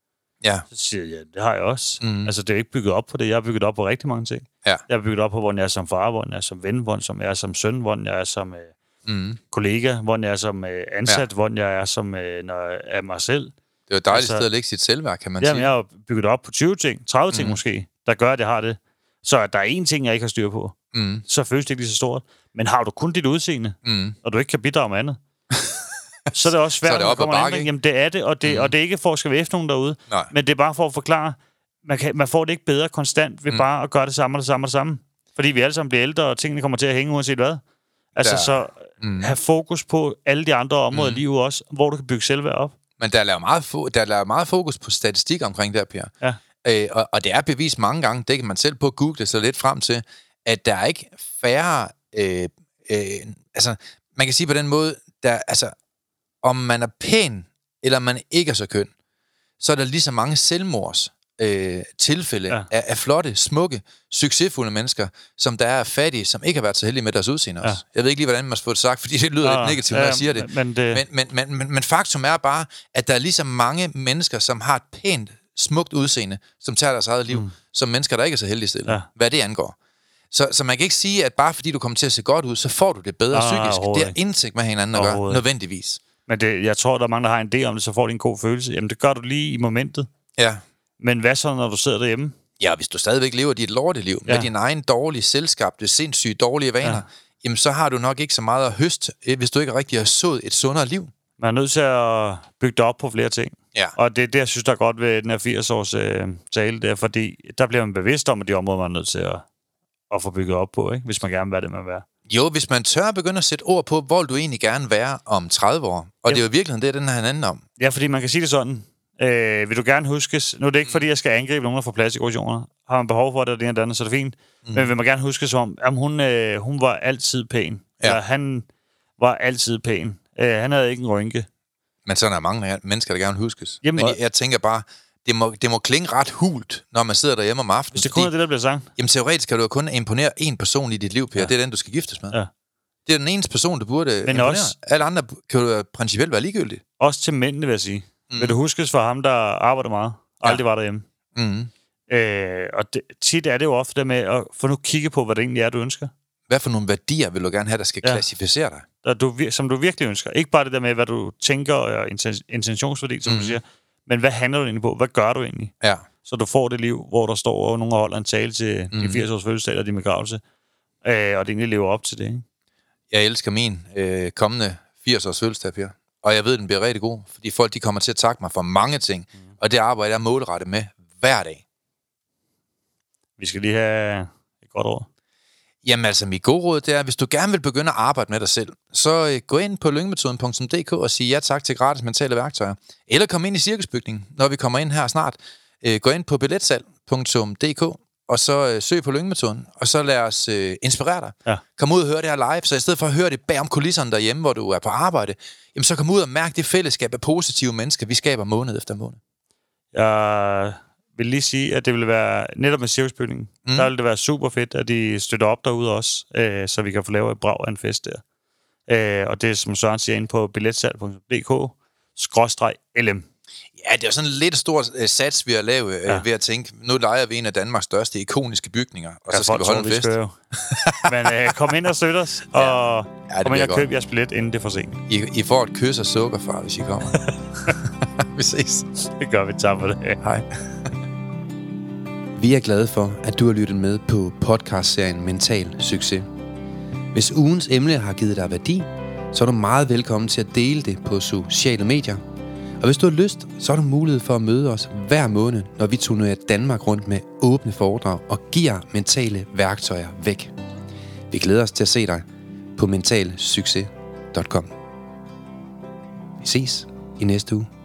Ja. Så siger jeg, ja, det har jeg også. Mm. Altså, det er ikke bygget op på det. Jeg har bygget op på rigtig mange ting. Ja. Jeg har bygget op på, hvordan jeg er som far, hvordan jeg er som ven, hvordan jeg er som søn, hvordan jeg er som øh, mm. kollega, hvordan jeg er som øh, ansat, ja. hvordan jeg er som, øh, når jeg er mig selv. Det er jo et dejligt altså, sted at lægge sit selvværd, kan man jamen, sige. Jeg har bygget op på tyve ting, tredive mm. ting måske, der gør, at jeg har det. Så at der er én ting, jeg ikke har styr på, mm. så føles det ikke lige så stort. Men har du kun dit udseende, mm. og du ikke kan bidrage med andet, så er det også svært, at komme an. Jamen, det er det, og det, mm. og det er ikke for at skal være efter nogen derude, Nej. Men det er bare for at forklare, man, kan, man får det ikke bedre konstant ved mm. bare at gøre det samme og det samme og det samme. Fordi vi alle sammen bliver ældre, og tingene kommer til at hænge uanset hvad. Altså, der, så mm. have fokus på alle de andre områder mm. i livet også, hvor du kan bygge selvværd op. Men der er lavet meget, fo- der er lavet meget fokus på statistik omkring det her, Per. Ja. Øh, og, og det er bevist mange gange, det kan man selv på Google så lidt frem til, at der er ikke færre... Øh, øh, altså, man kan sige på den måde, der, altså, om man er pæn, eller man ikke er så køn, så er der lige så mange selvmords øh, tilfælde ja. af, af flotte, smukke, succesfulde mennesker, som der er fattige, som ikke har været så heldige med deres udseende også. Ja. Jeg ved ikke lige, hvordan man skal få det sagt, fordi det lyder ja, lidt negativt, når ja, jeg siger det. Men, det... Men, men, men, men, men faktum er bare, at der er lige så mange mennesker, som har et pænt, smukt udseende, som tager deres eget liv, mm. som mennesker, der ikke er så heldige stillet, ja. hvad det angår. Så, så man kan ikke sige, at bare fordi du kommer til at se godt ud, så får du det bedre ah, psykisk. Det er indsigt med hinanden at gøre, nødvendigvis. Men det, jeg tror, der er mange, der har en idé om det, så får de en god følelse. Jamen, det gør du lige i momentet. Ja. Men hvad så, når du sidder derhjemme? Ja, hvis du stadigvæk lever dit lorteliv ja. med din egen dårlige, selvskabte, sindssygt dårlige vaner, ja. jamen så har du nok ikke så meget at høste, hvis du ikke rigtig har sået et sundere liv. Man er nødt til at bygge det op på flere ting. Ja. Og det er det, jeg synes, der er godt ved den her firs-års øh, tale, der, fordi der bliver man bevidst om, at de områder, man er nødt til at, at få bygget op på, ikke? Hvis man gerne vil være det, man vil være. Jo, hvis man tør begynde at sætte ord på, hvor du egentlig gerne vil være om tredive år. Og jo. Det er jo virkelig det, den her anden om. Ja, fordi man kan sige det sådan. Øh, vil du gerne huskes... Nu er det ikke, fordi jeg skal angribe nogen, der får plads i organisationer. Har man behov for det, og det eller andet, så er det fint. Mm. Men vil man gerne huskes som, at hun, øh, hun var altid pæn. Ja. Eller han var altid pæn. Øh, han havde ikke en rynke. Men sådan er mange mennesker, der gerne vil huskes. Jamen, Men jeg, jeg tænker bare... Det må, det må klinge ret hult, når man sidder derhjemme om aftenen. Hvis det kun er det, der bliver sagt. Jamen teoretisk kan du kun imponere en person i dit liv, Per. Ja. Det er den, du skal giftes med. Ja. Det er den eneste person, du burde Men imponere. Også, Alle andre kan jo principielt være ligegyldige. Også til mændene, vil jeg sige. Mm. Vil du huskes for ham, der arbejder meget? Ja. Aldrig var derhjemme. Mm. Øh, og det, tit er det jo ofte med at få nu kigge på, hvad det egentlig er, du ønsker. Hvad for nogle værdier vil du gerne have, der skal ja. klassificere dig? Der, du, som du virkelig ønsker. Ikke bare det der med, hvad du tænker og intentionsværdi, som mm. du siger. Men hvad handler du egentlig på? Hvad gør du egentlig? Ja. Så du får det liv, hvor der står og nogen holder en tale til mm. de firs-års fødselsdag eller din begravelse. Øh, og det egentlig lever op til det, ikke? Jeg elsker min øh, kommende firs-års fødselsdag, Per. Og jeg ved, den bliver rigtig god. Fordi folk, de kommer til at takke mig for mange ting. Mm. Og det arbejder jeg målrettet med hver dag. Vi skal lige have et godt råd. Jamen altså, mit gode råd, det er, hvis du gerne vil begynde at arbejde med dig selv, så øh, gå ind på lyngemetoden punktum d k og sig ja tak til gratis mentale værktøjer. Eller kom ind i cirkusbygningen, når vi kommer ind her snart. Øh, gå ind på billetsalg punktum d k og så øh, søg på lyngemetoden, og så lad os øh, inspirere dig. Ja. Kom ud og hør det her live, så i stedet for at høre det bag om kulisserne derhjemme, hvor du er på arbejde, jamen så kom ud og mærk det fællesskab af positive mennesker, vi skaber måned efter måned. Jeg vil lige sige, at det vil være, netop med cirkusbygningen, mm. der vil det være super fedt, at de støtter op derude også, øh, så vi kan få lavet et brag af en fest der. Øh, og det er, som Søren siger, inde på billetsalg punktum d k skråstreg l m. Ja, det er jo sådan en lidt stor uh, sats, vi har lavet uh, ja. ved at tænke, nu leger vi en af Danmarks største ikoniske bygninger, og ja, så skal vi holde en fest. Men uh, kom ind og støt os, og ja. Ja, kom ind og køb jeres billet, inden det er for sent. I, I får et kys og sukker, far, hvis I kommer. Vi ses. Det gør vi, tak for det. Hej. Vi er glade for, at du har lyttet med på podcastserien Mental Succes. Hvis ugens emne har givet dig værdi, så er du meget velkommen til at dele det på sociale medier. Og hvis du har lyst, så har du mulighed for at møde os hver måned, når vi turnerer Danmark rundt med åbne foredrag og giver mentale værktøjer væk. Vi glæder os til at se dig på mental succes punktum com. Vi ses i næste uge.